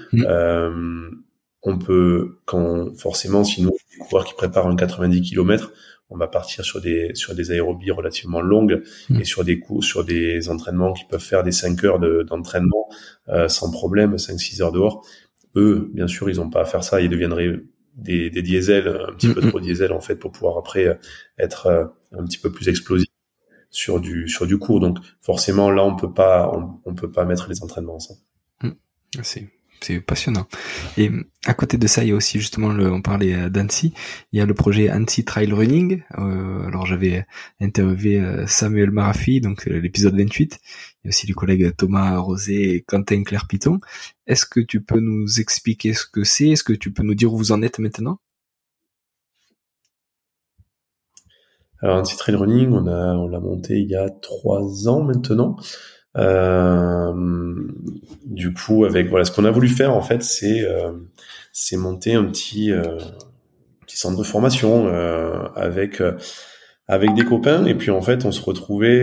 forcément, sinon, les coureurs qui préparent un 90 km, on va partir sur des aérobies relativement longues, et sur des entraînements qui peuvent faire des 5 heures d'entraînement, sans problème, 5-6 heures dehors. Eux, bien sûr, ils n'ont pas à faire ça, ils deviendraient des diesels, un petit peu trop diesel, en fait, pour pouvoir après être un petit peu plus explosif sur du court. Donc forcément là on peut pas mettre les entraînements ensemble. C'est passionnant. Et à côté de ça, il y a aussi justement on parlait d'Annecy, il y a le projet Annecy Trail Running. Alors j'avais interviewé Samuel Marafi, donc l'épisode 28. Il y a aussi les collègues Thomas Rosé et Quentin Claire-Piton. Est-ce que tu peux nous expliquer ce que c'est? Est-ce que tu peux nous dire où vous en êtes maintenant? Alors Annecy Trail Running, on l'a monté il y a 3 ans maintenant. Du coup, ce qu'on a voulu faire en fait, c'est monter un petit centre de formation avec des copains, et puis en fait on se retrouvait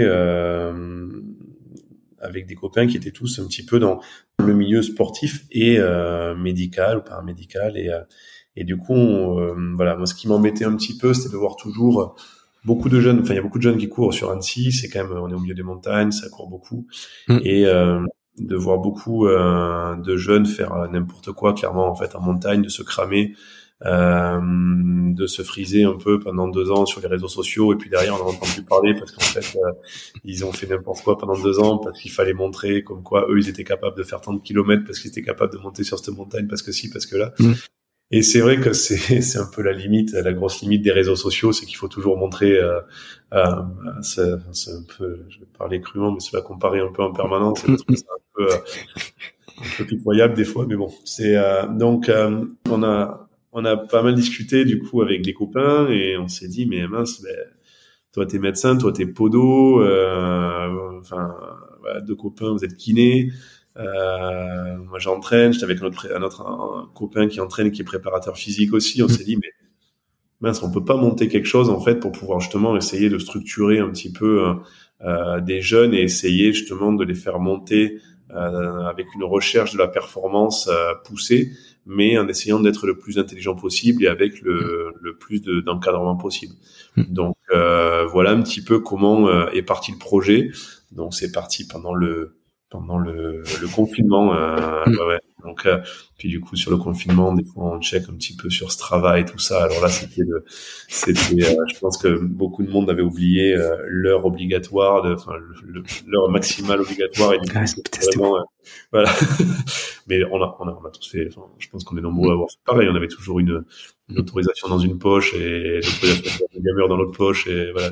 avec des copains qui étaient tous un petit peu dans le milieu sportif et médical ou paramédical, et du coup moi ce qui m'embêtait un petit peu, c'était de voir toujours beaucoup de jeunes, il y a beaucoup de jeunes qui courent sur Annecy, c'est quand même, on est au milieu des montagnes, ça court beaucoup, et de voir beaucoup de jeunes faire n'importe quoi, clairement, en fait, en montagne, de se cramer, de se friser un peu pendant 2 ans sur les réseaux sociaux, et puis derrière on n'en entend plus parler parce qu'en fait ils ont fait n'importe quoi pendant 2 ans parce qu'il fallait montrer comme quoi eux ils étaient capables de faire tant de kilomètres parce qu'ils étaient capables de monter sur cette montagne parce que si, parce que là. Et c'est vrai que c'est un peu la limite, la grosse limite des réseaux sociaux, c'est qu'il faut toujours montrer, c'est un peu, je vais parler crûment, mais c'est la comparer un peu en permanence, c'est un peu pitoyable des fois, mais bon, c'est donc on a pas mal discuté du coup avec des copains et on s'est dit mais mince, toi t'es médecin, toi t'es podo, enfin voilà, 2 copains, vous êtes kinés. Moi j'entraîne, j'étais avec un copain qui entraîne et qui est préparateur physique aussi. On s'est dit mais mince, on peut pas monter quelque chose en fait pour pouvoir justement essayer de structurer un petit peu des jeunes et essayer justement de les faire monter avec une recherche de la performance poussée, mais en essayant d'être le plus intelligent possible et avec le plus d'encadrement possible. Donc voilà un petit peu comment est parti le projet. Donc c'est parti pendant le confinement, ouais. Donc puis du coup sur le confinement des fois on check un petit peu sur Strava et tout ça. Alors là c'était je pense que beaucoup de monde avait oublié l'heure obligatoire, l'heure maximale obligatoire, et du coup c'était vraiment voilà. Mais on a tous fait, enfin, je pense qu'on est nombreux à avoir fait pareil. On avait toujours une autorisation dans une poche et l'autorisation de gamer dans l'autre poche, et voilà.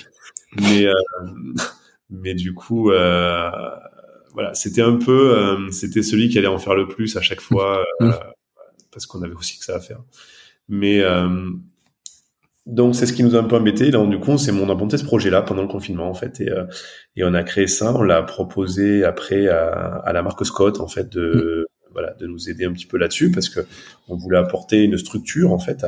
Mais du coup voilà, c'était un peu, c'était celui qui allait en faire le plus à chaque fois, parce qu'on avait aussi que ça à faire. Mais donc c'est ce qui nous a un peu embêté. Là, du coup, on a monté ce projet-là pendant le confinement en fait, et on a créé ça. On l'a proposé après à la marque Scott en fait de nous aider un petit peu là-dessus, parce que on voulait apporter une structure en fait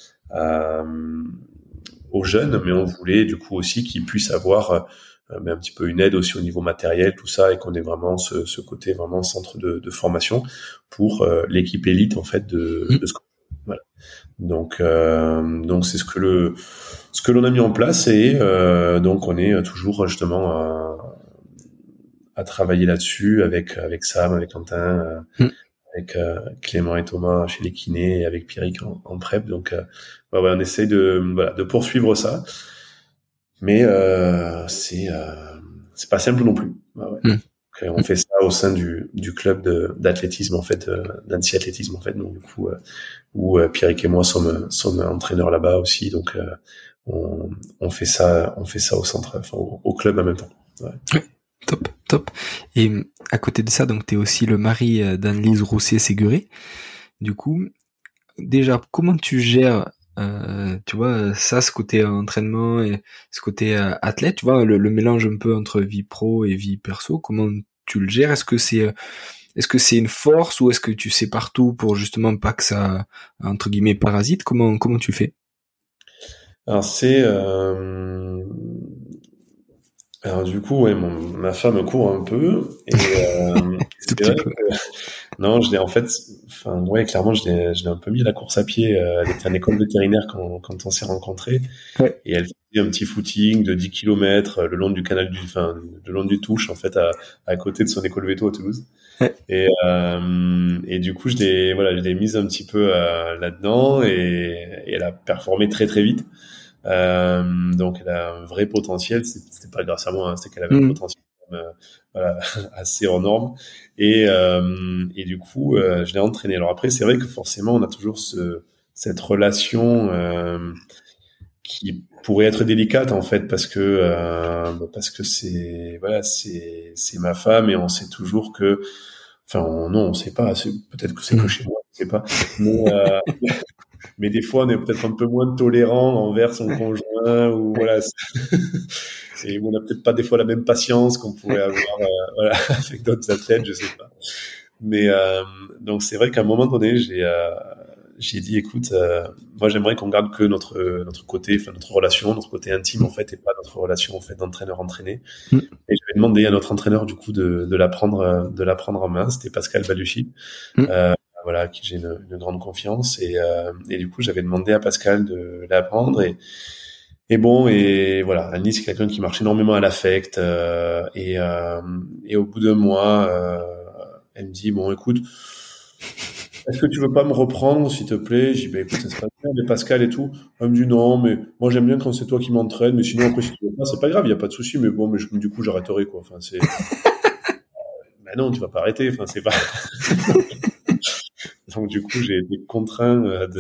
aux jeunes, mais on voulait du coup aussi qu'ils puissent avoir mais un petit peu une aide aussi au niveau matériel, tout ça, et qu'on ait vraiment ce côté vraiment centre de formation pour l'équipe élite en fait de ce. Voilà. Donc c'est ce que l'on a mis en place, et donc on est toujours justement à travailler là-dessus avec Sam, avec Quentin, avec Clément et Thomas chez les kinés, et avec Pierrick en prep. Donc on essaye de poursuivre ça. Mais c'est pas simple non plus. Ouais. Donc, on fait ça au sein du club d'athlétisme en fait, d'Annecy Athlétisme en fait. Donc du coup où Pierrick et moi sommes entraîneurs là-bas aussi. Donc on fait ça au centre, enfin au club en même temps. Ouais. Top. Et à côté de ça, donc t'es aussi le mari d'Anne-Lise Roussier-Séguré. Du coup, déjà, comment tu gères tu vois ça, ce côté entraînement et ce côté athlète, tu vois, le mélange un peu entre vie pro et vie perso, comment tu le gères? Est-ce que c'est une force, ou est-ce que tu sais partout pour justement pas que ça entre guillemets parasite? Comment tu fais? Alors du coup, ouais, ma femme court un peu, et c'est vrai que non, clairement, je l'ai un peu mis à la course à pied. Elle était en école vétérinaire quand on s'est rencontrés, et elle faisait un petit footing de 10 km le long du le long du Touche en fait, à côté de son école véto à Toulouse. Et du coup, je l'ai mise un petit peu là-dedans, et elle a performé très très vite. Donc elle a un vrai potentiel. C'était pas grâce à moi, hein, c'est qu'elle avait un potentiel assez hors norme, et du coup je l'ai entraîné. Alors après, c'est vrai que forcément on a toujours cette relation qui pourrait être délicate en fait, parce que c'est ma femme, et on sait toujours que on sait pas, peut-être que c'est que chez moi, je sais pas, mais des fois on est peut-être un peu moins tolérant envers son conjoint, ou voilà. Et on n'a peut-être pas des fois la même patience qu'on pourrait avoir avec d'autres athlètes, je sais pas. Mais donc c'est vrai qu'à un moment donné, j'ai dit écoute, moi j'aimerais qu'on garde que notre côté, notre relation, notre côté intime en fait, et pas notre relation en fait d'entraîneur entraîné. Et j'avais demandé à notre entraîneur du coup de la prendre en main. C'était Pascal Baluchy, à qui j'ai une grande confiance, et du coup j'avais demandé à Pascal de la prendre, et bon, et voilà, Annie, c'est quelqu'un qui marche énormément à l'affect, et au bout d'un mois, elle me dit bon, écoute, est-ce que tu veux pas me reprendre, s'il te plaît? J'ai dit, bah, écoute, ça se passe bien, mais Pascal et tout. Elle me dit, non, mais moi, j'aime bien quand c'est toi qui m'entraînes, mais sinon, après, si tu veux pas, c'est pas grave, il y a pas de souci, mais bon, mais du coup, j'arrêterai, quoi. Enfin, mais non, tu vas pas arrêter, enfin, c'est pas. Donc, du coup, j'ai été contraint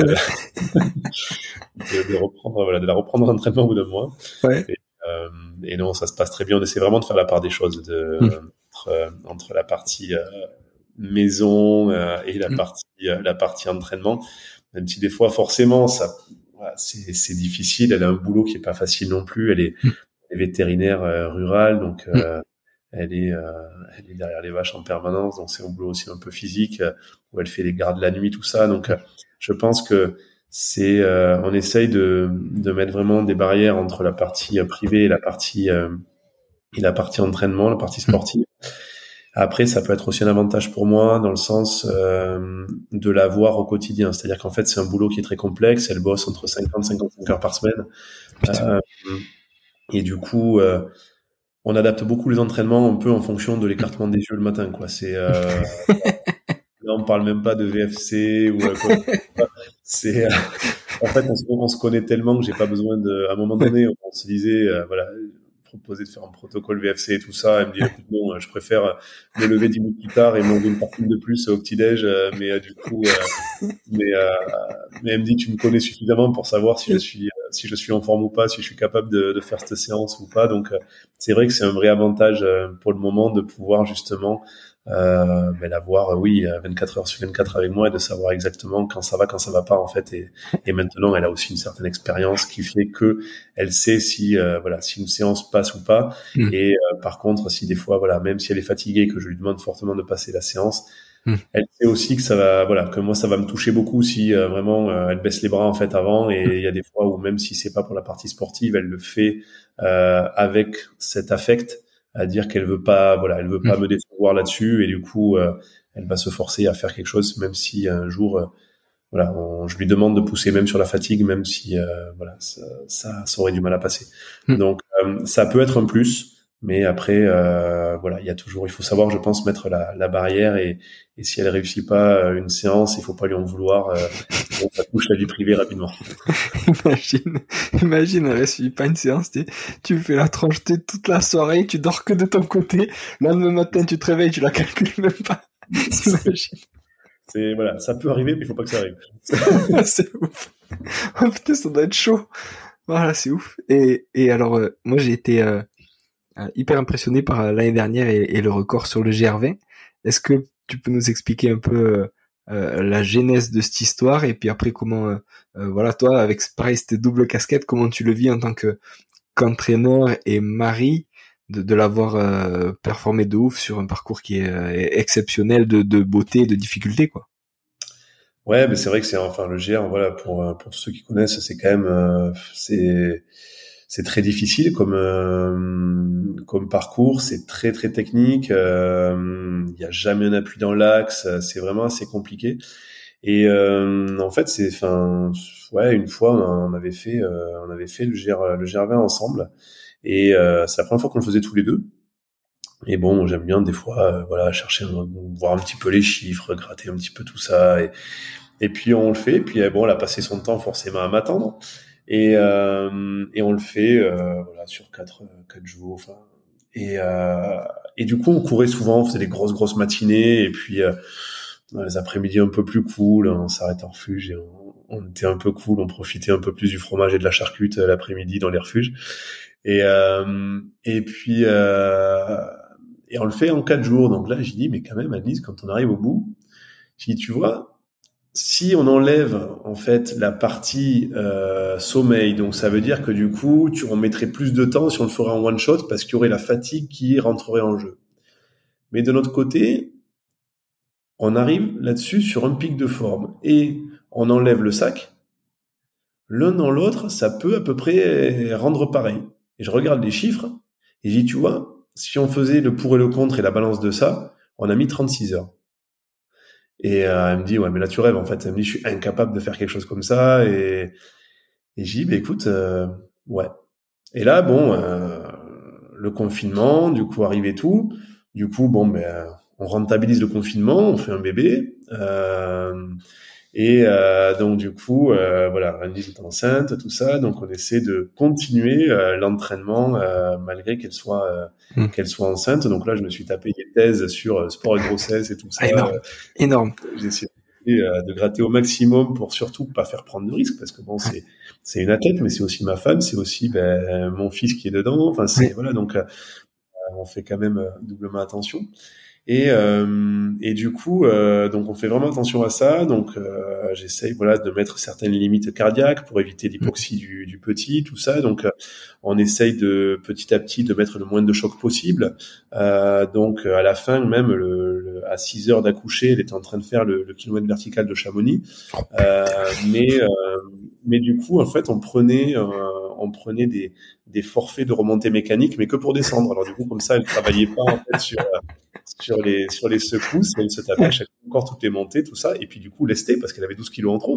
de reprendre, voilà, de la reprendre l'entraînement au bout d'un mois. Ouais. Et non, ça se passe très bien. On essaie vraiment de faire la part des choses entre la partie maison et la partie entraînement. Même si des fois, forcément, ça, voilà, c'est difficile. Elle a un boulot qui est pas facile non plus. Elle est vétérinaire rurale, donc elle est derrière les vaches en permanence. Donc c'est un boulot aussi un peu physique où elle fait les gardes la nuit, tout ça. Donc je pense que on essaye de mettre vraiment des barrières entre la partie privée et la partie entraînement, la partie sportive. Après, ça peut être aussi un avantage pour moi dans le sens de la voir au quotidien. C'est-à-dire qu'en fait, c'est un boulot qui est très complexe. Elle bosse entre 50 et 55 heures par semaine. Et du coup, on adapte beaucoup les entraînements un peu en fonction de l'écartement des yeux le matin, quoi. Là, on parle même pas de VFC ou quoi. C'est en fait, on se connaît tellement que j'ai pas besoin à un moment donné, on se disait, voilà, proposer de faire un protocole VFC et tout ça. Elle me dit, écoute, non, je préfère me lever 10 minutes plus tard et manger une tartine de plus au petit-déj, mais du coup, mais elle me dit, tu me connais suffisamment pour savoir si je suis en forme ou pas, si je suis capable de faire cette séance ou pas. Donc, c'est vrai que c'est un vrai avantage pour le moment de pouvoir justement l'avoir 24 heures sur 24 avec moi et de savoir exactement quand ça va pas en fait, et maintenant elle a aussi une certaine expérience qui fait que elle sait si une séance passe ou pas. Et par contre, si des fois même si elle est fatiguée, que je lui demande fortement de passer la séance, elle sait aussi que que moi ça va me toucher beaucoup si vraiment elle baisse les bras en fait avant. Et il y a des fois où même si c'est pas pour la partie sportive, elle le fait avec cet affect, à dire qu'elle veut pas me décevoir là-dessus, et du coup elle va se forcer à faire quelque chose, même si un jour je lui demande de pousser même sur la fatigue, même si ça aurait du mal à passer. Donc ça peut être un plus, mais après il faut savoir, je pense, mettre la barrière, et si elle réussit pas une séance, il faut pas lui en vouloir, sinon ça touche la vie privée rapidement. Imagine, elle suit pas une séance, tu fais la tranche toute la soirée, tu dors que de ton côté, le lendemain matin tu te réveilles, tu la calcules même pas. Imagine. Ça peut arriver, mais il faut pas que ça arrive. C'est ouf. Oh putain, ça doit être chaud. Voilà, c'est ouf. Et alors, moi j'ai été hyper impressionné par l'année dernière et le record sur le GR20. Est-ce que tu peux nous expliquer un peu la genèse de cette histoire, et puis après comment, toi, avec pareil cette double casquette, comment tu le vis en tant qu'entraîneur et mari, de l'avoir performé de ouf sur un parcours qui est exceptionnel de beauté et de difficulté, quoi. Ouais, mais c'est vrai que le GR, pour ceux qui connaissent, c'est quand même c'est très difficile comme parcours, c'est très très technique, il y a jamais un appui dans l'axe, c'est vraiment assez compliqué. Et en fait, une fois on avait fait le GR20 ensemble, et c'est la première fois qu'on le faisait tous les deux. Et bon, j'aime bien des fois chercher voir un petit peu les chiffres, gratter un petit peu tout ça, et puis on le fait, et puis elle a passé son temps forcément à m'attendre, et on le fait sur 4 jours, et du coup on courait souvent, on faisait des grosses matinées, et puis dans les après-midi un peu plus cool, on s'arrêtait en refuge, et on était un peu cool, on profitait un peu plus du fromage et de la charcute l'après-midi dans les refuges, et puis et on le fait en 4 jours. Donc là j'ai dit, mais quand même Annelise, quand on arrive au bout, j'ai dit, tu vois, si on enlève en fait la partie sommeil, donc ça veut dire que du coup on mettrait plus de temps si on le ferait en one shot, parce qu'il y aurait la fatigue qui rentrerait en jeu. Mais de notre côté, on arrive là-dessus sur un pic de forme, et on enlève le sac. L'un dans l'autre, ça peut à peu près rendre pareil. Et je regarde les chiffres et je dis, tu vois, si on faisait le pour et le contre et la balance de ça, on a mis 36 heures. Et elle me dit, ouais, mais là tu rêves en fait. Elle me dit, je suis incapable de faire quelque chose comme ça. Et j'ai dit, écoute, ouais. Et là, bon, le confinement, du coup, arrivait tout. Du coup, bon, on rentabilise le confinement, on fait un bébé. Donc du coup, voilà, Randy est enceinte, tout ça, donc on essaie de continuer l'entraînement malgré qu'elle soit enceinte. Donc là, je me suis tapé des thèses sur sport et grossesse et tout ça. Énorme. J'ai essayé de gratter au maximum pour surtout pas faire prendre de risques, parce que bon, c'est une athlète, mais c'est aussi ma femme, c'est aussi mon fils qui est dedans. Enfin, voilà, donc on fait quand même doublement attention. Et du coup, donc on fait vraiment attention à ça. Donc j'essaye voilà de mettre certaines limites cardiaques pour éviter l'hypoxie du petit, tout ça. Donc on essaye de petit à petit de mettre le moins de choc possible. Donc à la fin, même à 6 heures d'accoucher, elle était en train de faire le kilomètre vertical de Chamonix. Mais du coup, en fait, on prenait des forfaits de remontée mécanique, mais que pour descendre. Alors du coup, comme ça, elle travaillait pas en fait sur les secousses, elle se tapait à chaque fois encore toutes les montées, tout ça, et puis du coup lestait parce qu'elle avait 12 kilos en trop,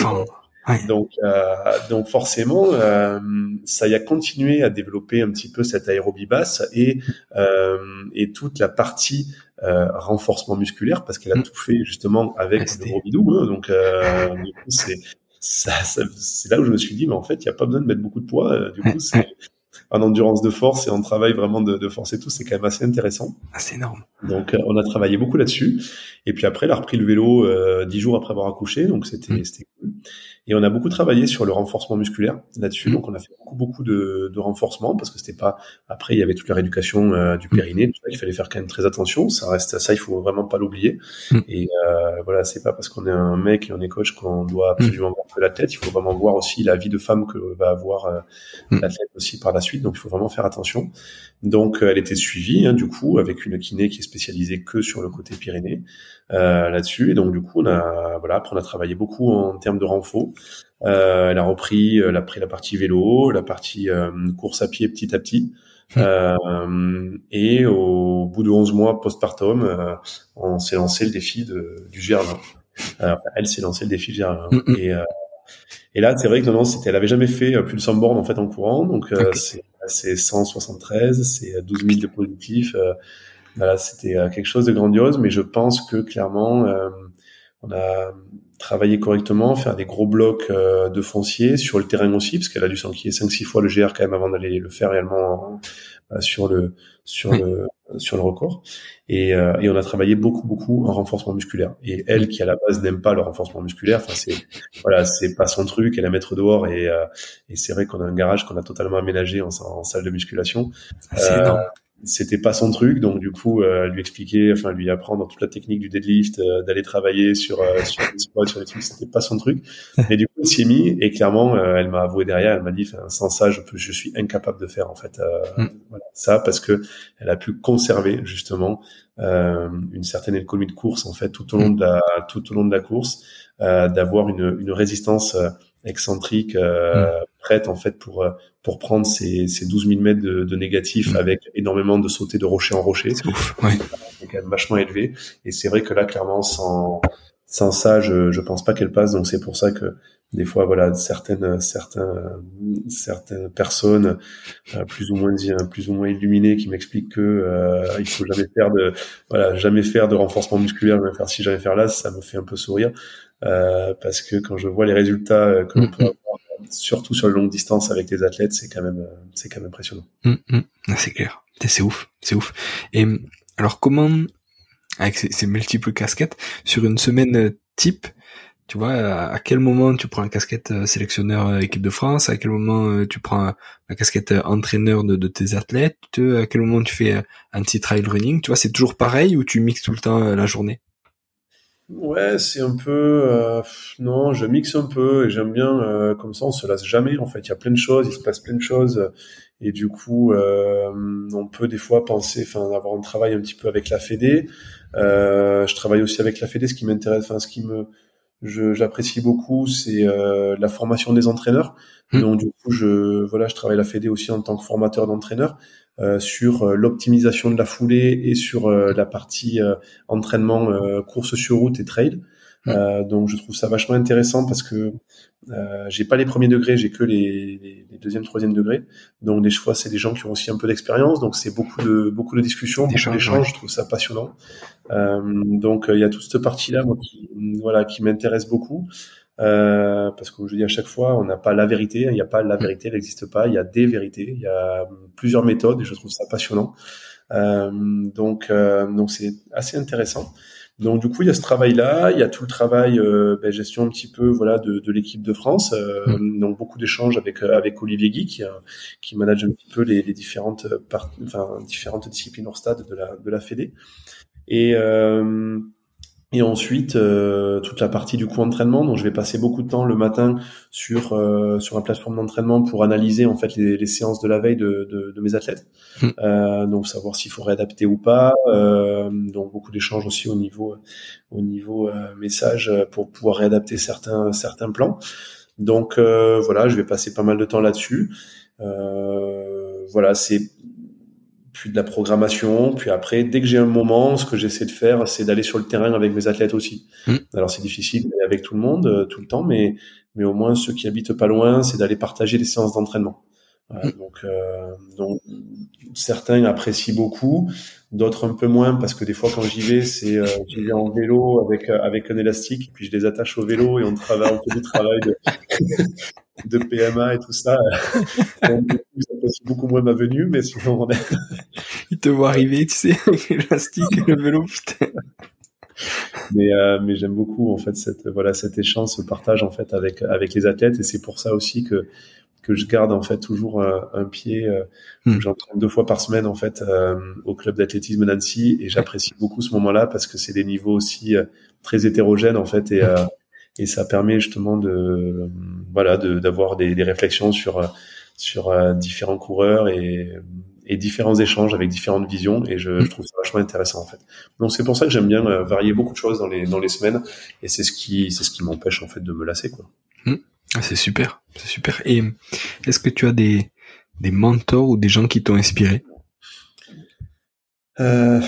donc forcément ça y a continué à développer un petit peu cette aérobie basse et toute la partie renforcement musculaire, parce qu'elle a tout fait justement avec le gros bidou, hein, donc du coup c'est là où je me suis dit mais en fait il y a pas besoin de mettre beaucoup de poids, du coup c'est en endurance de force et en travail vraiment de force et tout, c'est quand même assez intéressant. C'est énorme. Donc on a travaillé beaucoup là-dessus, et puis après elle a repris le vélo 10 jours après avoir accouché, donc c'était cool. Et on a beaucoup travaillé sur le renforcement musculaire là-dessus, donc on a fait beaucoup de renforcement, parce que c'était pas, après il y avait toute la rééducation du périnée, tout ça, il fallait faire quand même très attention, ça reste ça, il faut vraiment pas l'oublier. Et voilà, c'est pas parce qu'on est un mec et on est coach qu'on doit absolument voir que l'athlète, il faut vraiment voir aussi la vie de femme que va avoir l'athlète aussi par la suite, donc il faut vraiment faire attention. Donc elle était suivie du coup avec une kiné qui est spécialisée que sur le côté Pyrénées là-dessus, et donc du coup après on a travaillé beaucoup en termes de renfort. Elle a repris la partie vélo, la partie course à pied petit à petit. Et au bout de 11 mois postpartum, on s'est lancé le défi du GR20. Elle s'est lancé le défi du GR20. Et là, c'est vrai que elle avait jamais fait plus de 100 bornes en fait en courant, donc c'est 173, c'est 12 000 de positifs. Voilà, c'était quelque chose de grandiose, mais je pense que clairement, on a travaillé correctement, faire des gros blocs de foncier sur le terrain aussi, parce qu'elle a dû s'enquiller 5-6 fois le GR quand même avant d'aller le faire réellement sur le record. Et on a travaillé beaucoup en renforcement musculaire. Et elle, qui à la base n'aime pas le renforcement musculaire, enfin c'est pas son truc, elle aime être dehors, et c'est vrai qu'on a un garage qu'on a totalement aménagé en salle de musculation. C'est énorme. C'était pas son truc, donc du coup lui apprendre toute la technique du deadlift, d'aller travailler sur les squats, sur les trucs, c'était pas son truc. Mais du coup elle s'y est mis, et clairement elle m'a avoué derrière, elle m'a dit sans ça je suis incapable de faire en fait voilà, ça, parce que elle a pu conserver justement une certaine économie de course en fait tout au long de la course, d'avoir une résistance excentrique prête en fait pour prendre ces 12 000 mètres de négatif, avec énormément de sauter de rocher en rocher. C'est ouf, ouais. C'est quand même vachement élevé, et c'est vrai que là clairement sans ça je pense pas qu'elle passe. Donc c'est pour ça que des fois voilà certaines personnes plus ou moins illuminées qui m'expliquent que il faut jamais faire de renforcement musculaire, jamais faire là, ça me fait un peu sourire, parce que quand je vois les résultats que l'on peut avoir, surtout sur la longue distance avec les athlètes, c'est quand même impressionnant. C'est clair, c'est ouf. Et alors comment, avec ces multiples casquettes, sur une semaine type, tu vois, à quel moment tu prends la casquette sélectionneur équipe de France, à quel moment tu prends la casquette entraîneur de tes athlètes, à quel moment tu fais un petit trail running, tu vois, c'est toujours pareil ou tu mixes tout le temps la journée? Ouais, c'est un peu non, je mixe un peu, et j'aime bien comme ça on se lasse jamais en fait, il y a plein de choses, il se passe plein de choses, et du coup on peut des fois penser avoir un travail un petit peu avec la Fédé. Je travaille aussi avec la Fédé, ce qui m'intéresse, j'apprécie beaucoup, c'est la formation des entraîneurs. Donc du coup je travaille la Fédé aussi en tant que formateur d'entraîneur, sur l'optimisation de la foulée et sur la partie entraînement course sur route et trail. Donc je trouve ça vachement intéressant parce que j'ai pas les premiers degrés, j'ai que les deuxième, troisième degrés. Donc des fois c'est des gens qui ont aussi un peu d'expérience, donc c'est beaucoup de discussions, beaucoup d'échanges. Je trouve ça passionnant. Donc il y a toute cette partie-là, moi, qui m'intéresse beaucoup. Parce que comme je dis à chaque fois, on n'a pas la vérité, il n'y a pas la vérité, elle n'existe pas, il y a des vérités, il y a plusieurs méthodes et je trouve ça passionnant. Donc c'est assez intéressant. Donc du coup il y a ce travail-là, il y a tout le travail gestion un petit peu de l'équipe de France. Donc beaucoup d'échanges avec Olivier Guy qui manage un petit peu les différentes différentes disciplines hors stade de la Fédé. Et ensuite, toute la partie du coup entraînement. Donc, je vais passer beaucoup de temps le matin sur la plateforme d'entraînement pour analyser en fait les séances de la veille de mes athlètes. Donc, savoir s'il faut réadapter ou pas. Donc, beaucoup d'échanges aussi au niveau message pour pouvoir réadapter certains plans. Donc, je vais passer pas mal de temps là-dessus. C'est puis de la programmation, puis après, dès que j'ai un moment, ce que j'essaie de faire, c'est d'aller sur le terrain avec mes athlètes aussi. Alors c'est difficile d'aller avec tout le monde, tout le temps, mais au moins ceux qui habitent pas loin, c'est d'aller partager les séances d'entraînement. Voilà, donc certains apprécient beaucoup, d'autres un peu moins, parce que des fois quand j'y vais, j'y vais en vélo avec un élastique, puis je les attache au vélo et on fait du travail de PMA et tout ça. Donc, du coup, j'apprécie beaucoup moins ma venue, mais sinon Il te voit arriver, tu sais, avec l'élastique et le vélo, putain. Mais j'aime beaucoup en fait cet échange, ce partage en fait avec les athlètes, et c'est pour ça aussi que je garde en fait toujours un pied. J'entraîne 2 fois par semaine en fait au club d'athlétisme Nancy, et j'apprécie beaucoup ce moment-là parce que c'est des niveaux aussi très hétérogènes en fait, et ça permet justement d'avoir des réflexions sur différents coureurs et différents échanges avec différentes visions, et je trouve ça vachement intéressant en fait. Donc c'est pour ça que j'aime bien varier beaucoup de choses dans les semaines, et c'est ce qui m'empêche en fait de me lasser, quoi. C'est super. Et est-ce que tu as des mentors ou des gens qui t'ont inspiré? Il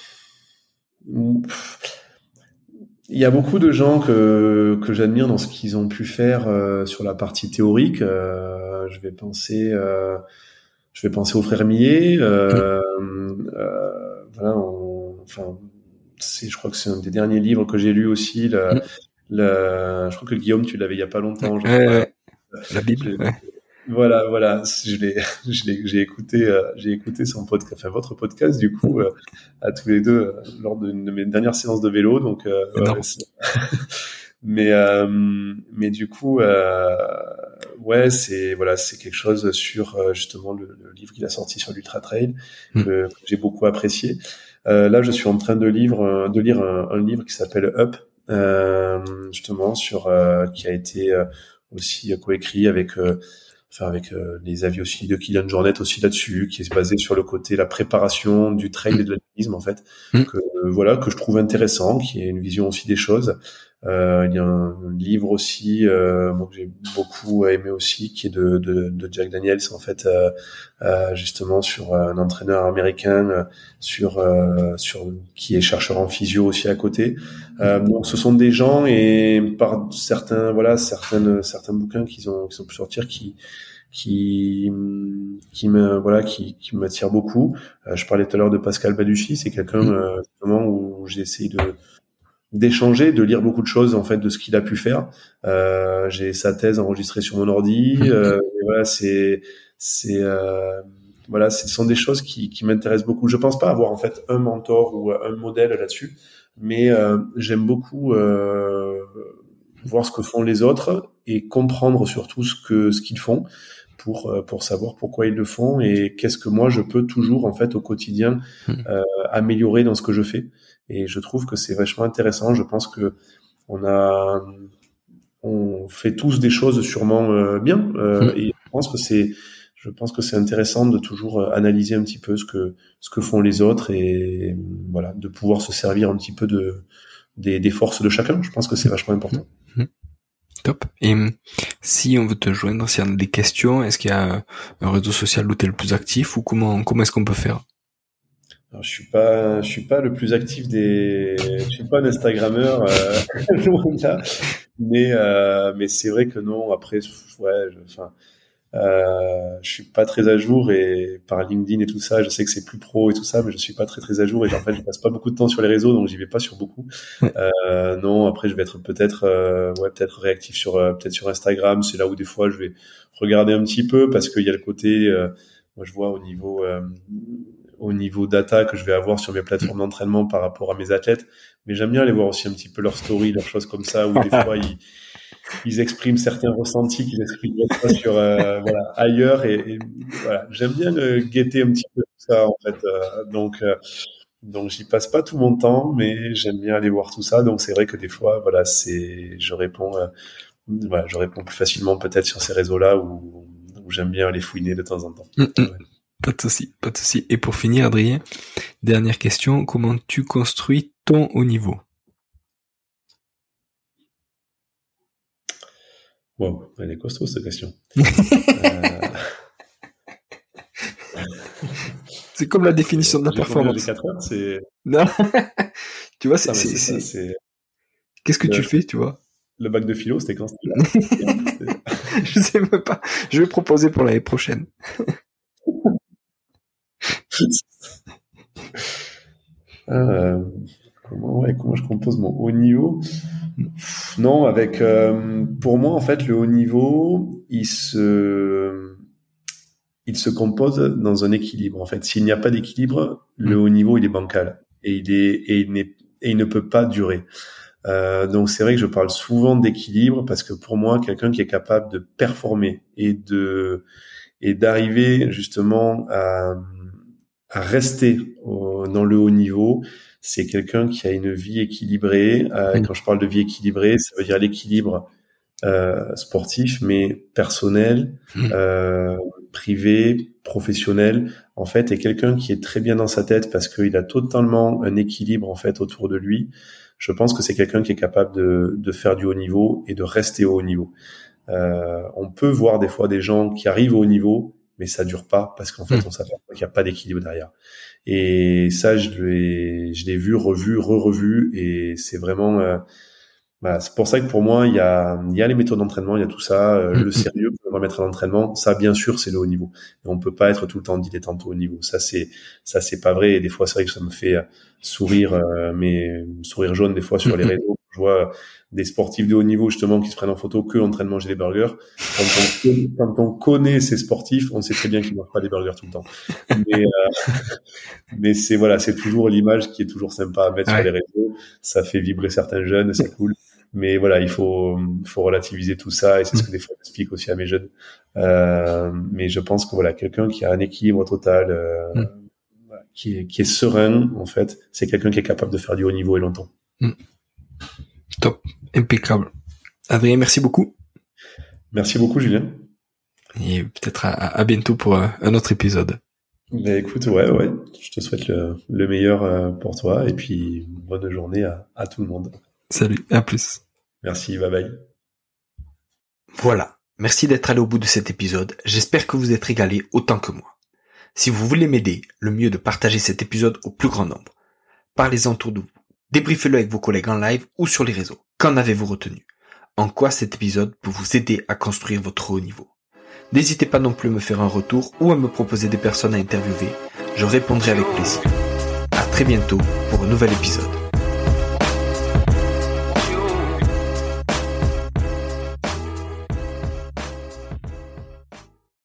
y a beaucoup de gens que j'admire dans ce qu'ils ont pu faire sur la partie théorique. Je vais penser aux frères Millet. Je crois que c'est un des derniers livres que j'ai lu aussi. Je crois que Guillaume, tu l'avais il y a pas longtemps. La Bible. Voilà, j'ai écouté son podcast, enfin votre podcast du coup, à tous les deux lors d'une de mes dernières séances de vélo. Donc, mais du coup, c'est quelque chose sur justement le livre qu'il a sorti sur l'Ultra Trail que j'ai beaucoup apprécié. Là, je suis en train de lire un livre qui s'appelle Up, justement qui a été aussi coécrit avec les avis aussi de Kylian Jornet aussi là-dessus, qui est basé sur le côté la préparation du trail et de l'alpinisme en fait, que je trouve intéressant, qui est une vision aussi des choses. Il y a un livre aussi que j'ai beaucoup aimé aussi, qui est de Jack Daniels en fait, justement sur un entraîneur américain, qui est chercheur en physio aussi à côté. Donc ce sont des gens, et par certains bouquins qu'ils ont pu sortir qui m'attire beaucoup. Je parlais tout à l'heure de Pascal Baducci, c'est quelqu'un justement où j'ai essayé d'échanger, de lire beaucoup de choses en fait de ce qu'il a pu faire. J'ai sa thèse enregistrée sur mon ordi. Ce sont des choses qui m'intéressent beaucoup. Je pense pas avoir en fait un mentor ou un modèle là-dessus, mais j'aime beaucoup voir ce que font les autres et comprendre surtout ce qu'ils font pour savoir pourquoi ils le font et qu'est-ce que moi je peux toujours en fait au quotidien améliorer dans ce que je fais. Et je trouve que c'est vachement intéressant. Je pense que on fait tous des choses sûrement bien, et je pense que c'est intéressant de toujours analyser un petit peu ce que font les autres, et voilà, de pouvoir se servir un petit peu des forces de chacun. Je pense que c'est vachement important. Top. Et si on veut te joindre, s'il y a des questions, est-ce qu'il y a un réseau social où tu es le plus actif, ou comment est-ce qu'on peut faire? Alors, je suis pas le plus actif je suis pas un Instagrammeur, loin de là. Mais c'est vrai que non, après, ouais, je suis pas très à jour et par LinkedIn et tout ça, je sais que c'est plus pro et tout ça, mais je suis pas très à jour et en fait, je passe pas beaucoup de temps sur les réseaux, donc j'y vais pas sur beaucoup. Non, après, je vais être peut-être réactif peut-être sur Instagram. C'est là où des fois, je vais regarder un petit peu parce qu'il y a le côté, moi, je vois au niveau data que je vais avoir sur mes plateformes d'entraînement par rapport à mes athlètes, mais j'aime bien aller voir aussi un petit peu leurs stories, leurs choses comme ça, où des fois ils expriment certains ressentis qu'ils expriment pas sur ailleurs et voilà, j'aime bien guetter un petit peu tout ça en fait, donc j'y passe pas tout mon temps, mais j'aime bien aller voir tout ça, donc c'est vrai que des fois voilà, je réponds plus facilement peut-être sur ces réseaux-là où j'aime bien aller fouiner de temps en temps. Ouais. Pas de souci, pas de souci. Et pour finir, Adrien, dernière question, comment tu construis ton haut niveau? Wow, elle est costaud cette question. C'est comme la définition de la performance. Les 4 heures, c'est... Non. Tu vois, c'est... Qu'est-ce que tu fais, tu vois? Le bac de philo, c'était quand c'était là? Je sais même pas. Je vais proposer pour l'année prochaine. Comment je compose mon haut niveau? Non, pour moi en fait le haut niveau, il se compose dans un équilibre. En fait, s'il n'y a pas d'équilibre, le haut niveau il est bancal et il ne peut pas durer. Donc c'est vrai que je parle souvent d'équilibre parce que pour moi, quelqu'un qui est capable de performer et d'arriver justement à rester dans le haut niveau, c'est quelqu'un qui a une vie équilibrée. Quand je parle de vie équilibrée, ça veut dire l'équilibre sportif, mais personnel, privé, professionnel, en fait, est quelqu'un qui est très bien dans sa tête parce qu'il a totalement un équilibre en fait autour de lui. Je pense que c'est quelqu'un qui est capable de faire du haut niveau et de rester au haut niveau. On peut voir des fois des gens qui arrivent au haut niveau, mais ça dure pas parce qu'en fait, on s'aperçoit qu'il n'y a pas d'équilibre derrière. Et ça, je l'ai vu, revu, re-revu, et c'est vraiment, voilà, c'est pour ça que pour moi, il y a les méthodes d'entraînement, il y a tout ça, le sérieux qu'on va mettre à l'entraînement. Ça, bien sûr, c'est le haut niveau. Et on peut pas être tout le temps dilettante au haut niveau. Ça, c'est pas vrai. Et des fois, c'est vrai que ça me fait sourire, mais sourire jaune des fois sur les réseaux. Je vois des sportifs de haut niveau justement qui se prennent en photo que en train de manger des burgers. Quand on connaît ces sportifs, on sait très bien qu'ils mangent pas des burgers tout le temps. Mais c'est toujours l'image qui est toujours sympa à mettre sur les réseaux. Ça fait vibrer certains jeunes, c'est cool. Mais voilà, il faut relativiser tout ça et c'est ce que des fois j'explique aussi à mes jeunes. Mais je pense que voilà, quelqu'un qui a un équilibre total, qui est serein en fait, c'est quelqu'un qui est capable de faire du haut niveau et longtemps. Top, impeccable. Adrien, merci beaucoup. Merci beaucoup, Julien. Et peut-être à bientôt pour un autre épisode. Ben écoute, ouais, je te souhaite le meilleur pour toi et puis bonne journée à tout le monde. Salut, à plus. Merci, bye bye. Voilà, merci d'être allé au bout de cet épisode. J'espère que vous êtes régalé autant que moi. Si vous voulez m'aider, le mieux est de partager cet épisode au plus grand nombre. Parlez-en autour de vous. Débriefez-le avec vos collègues en live ou sur les réseaux. Qu'en avez-vous retenu? En quoi cet épisode peut vous aider à construire votre haut niveau? N'hésitez pas non plus à me faire un retour ou à me proposer des personnes à interviewer. Je répondrai avec plaisir. À très bientôt pour un nouvel épisode.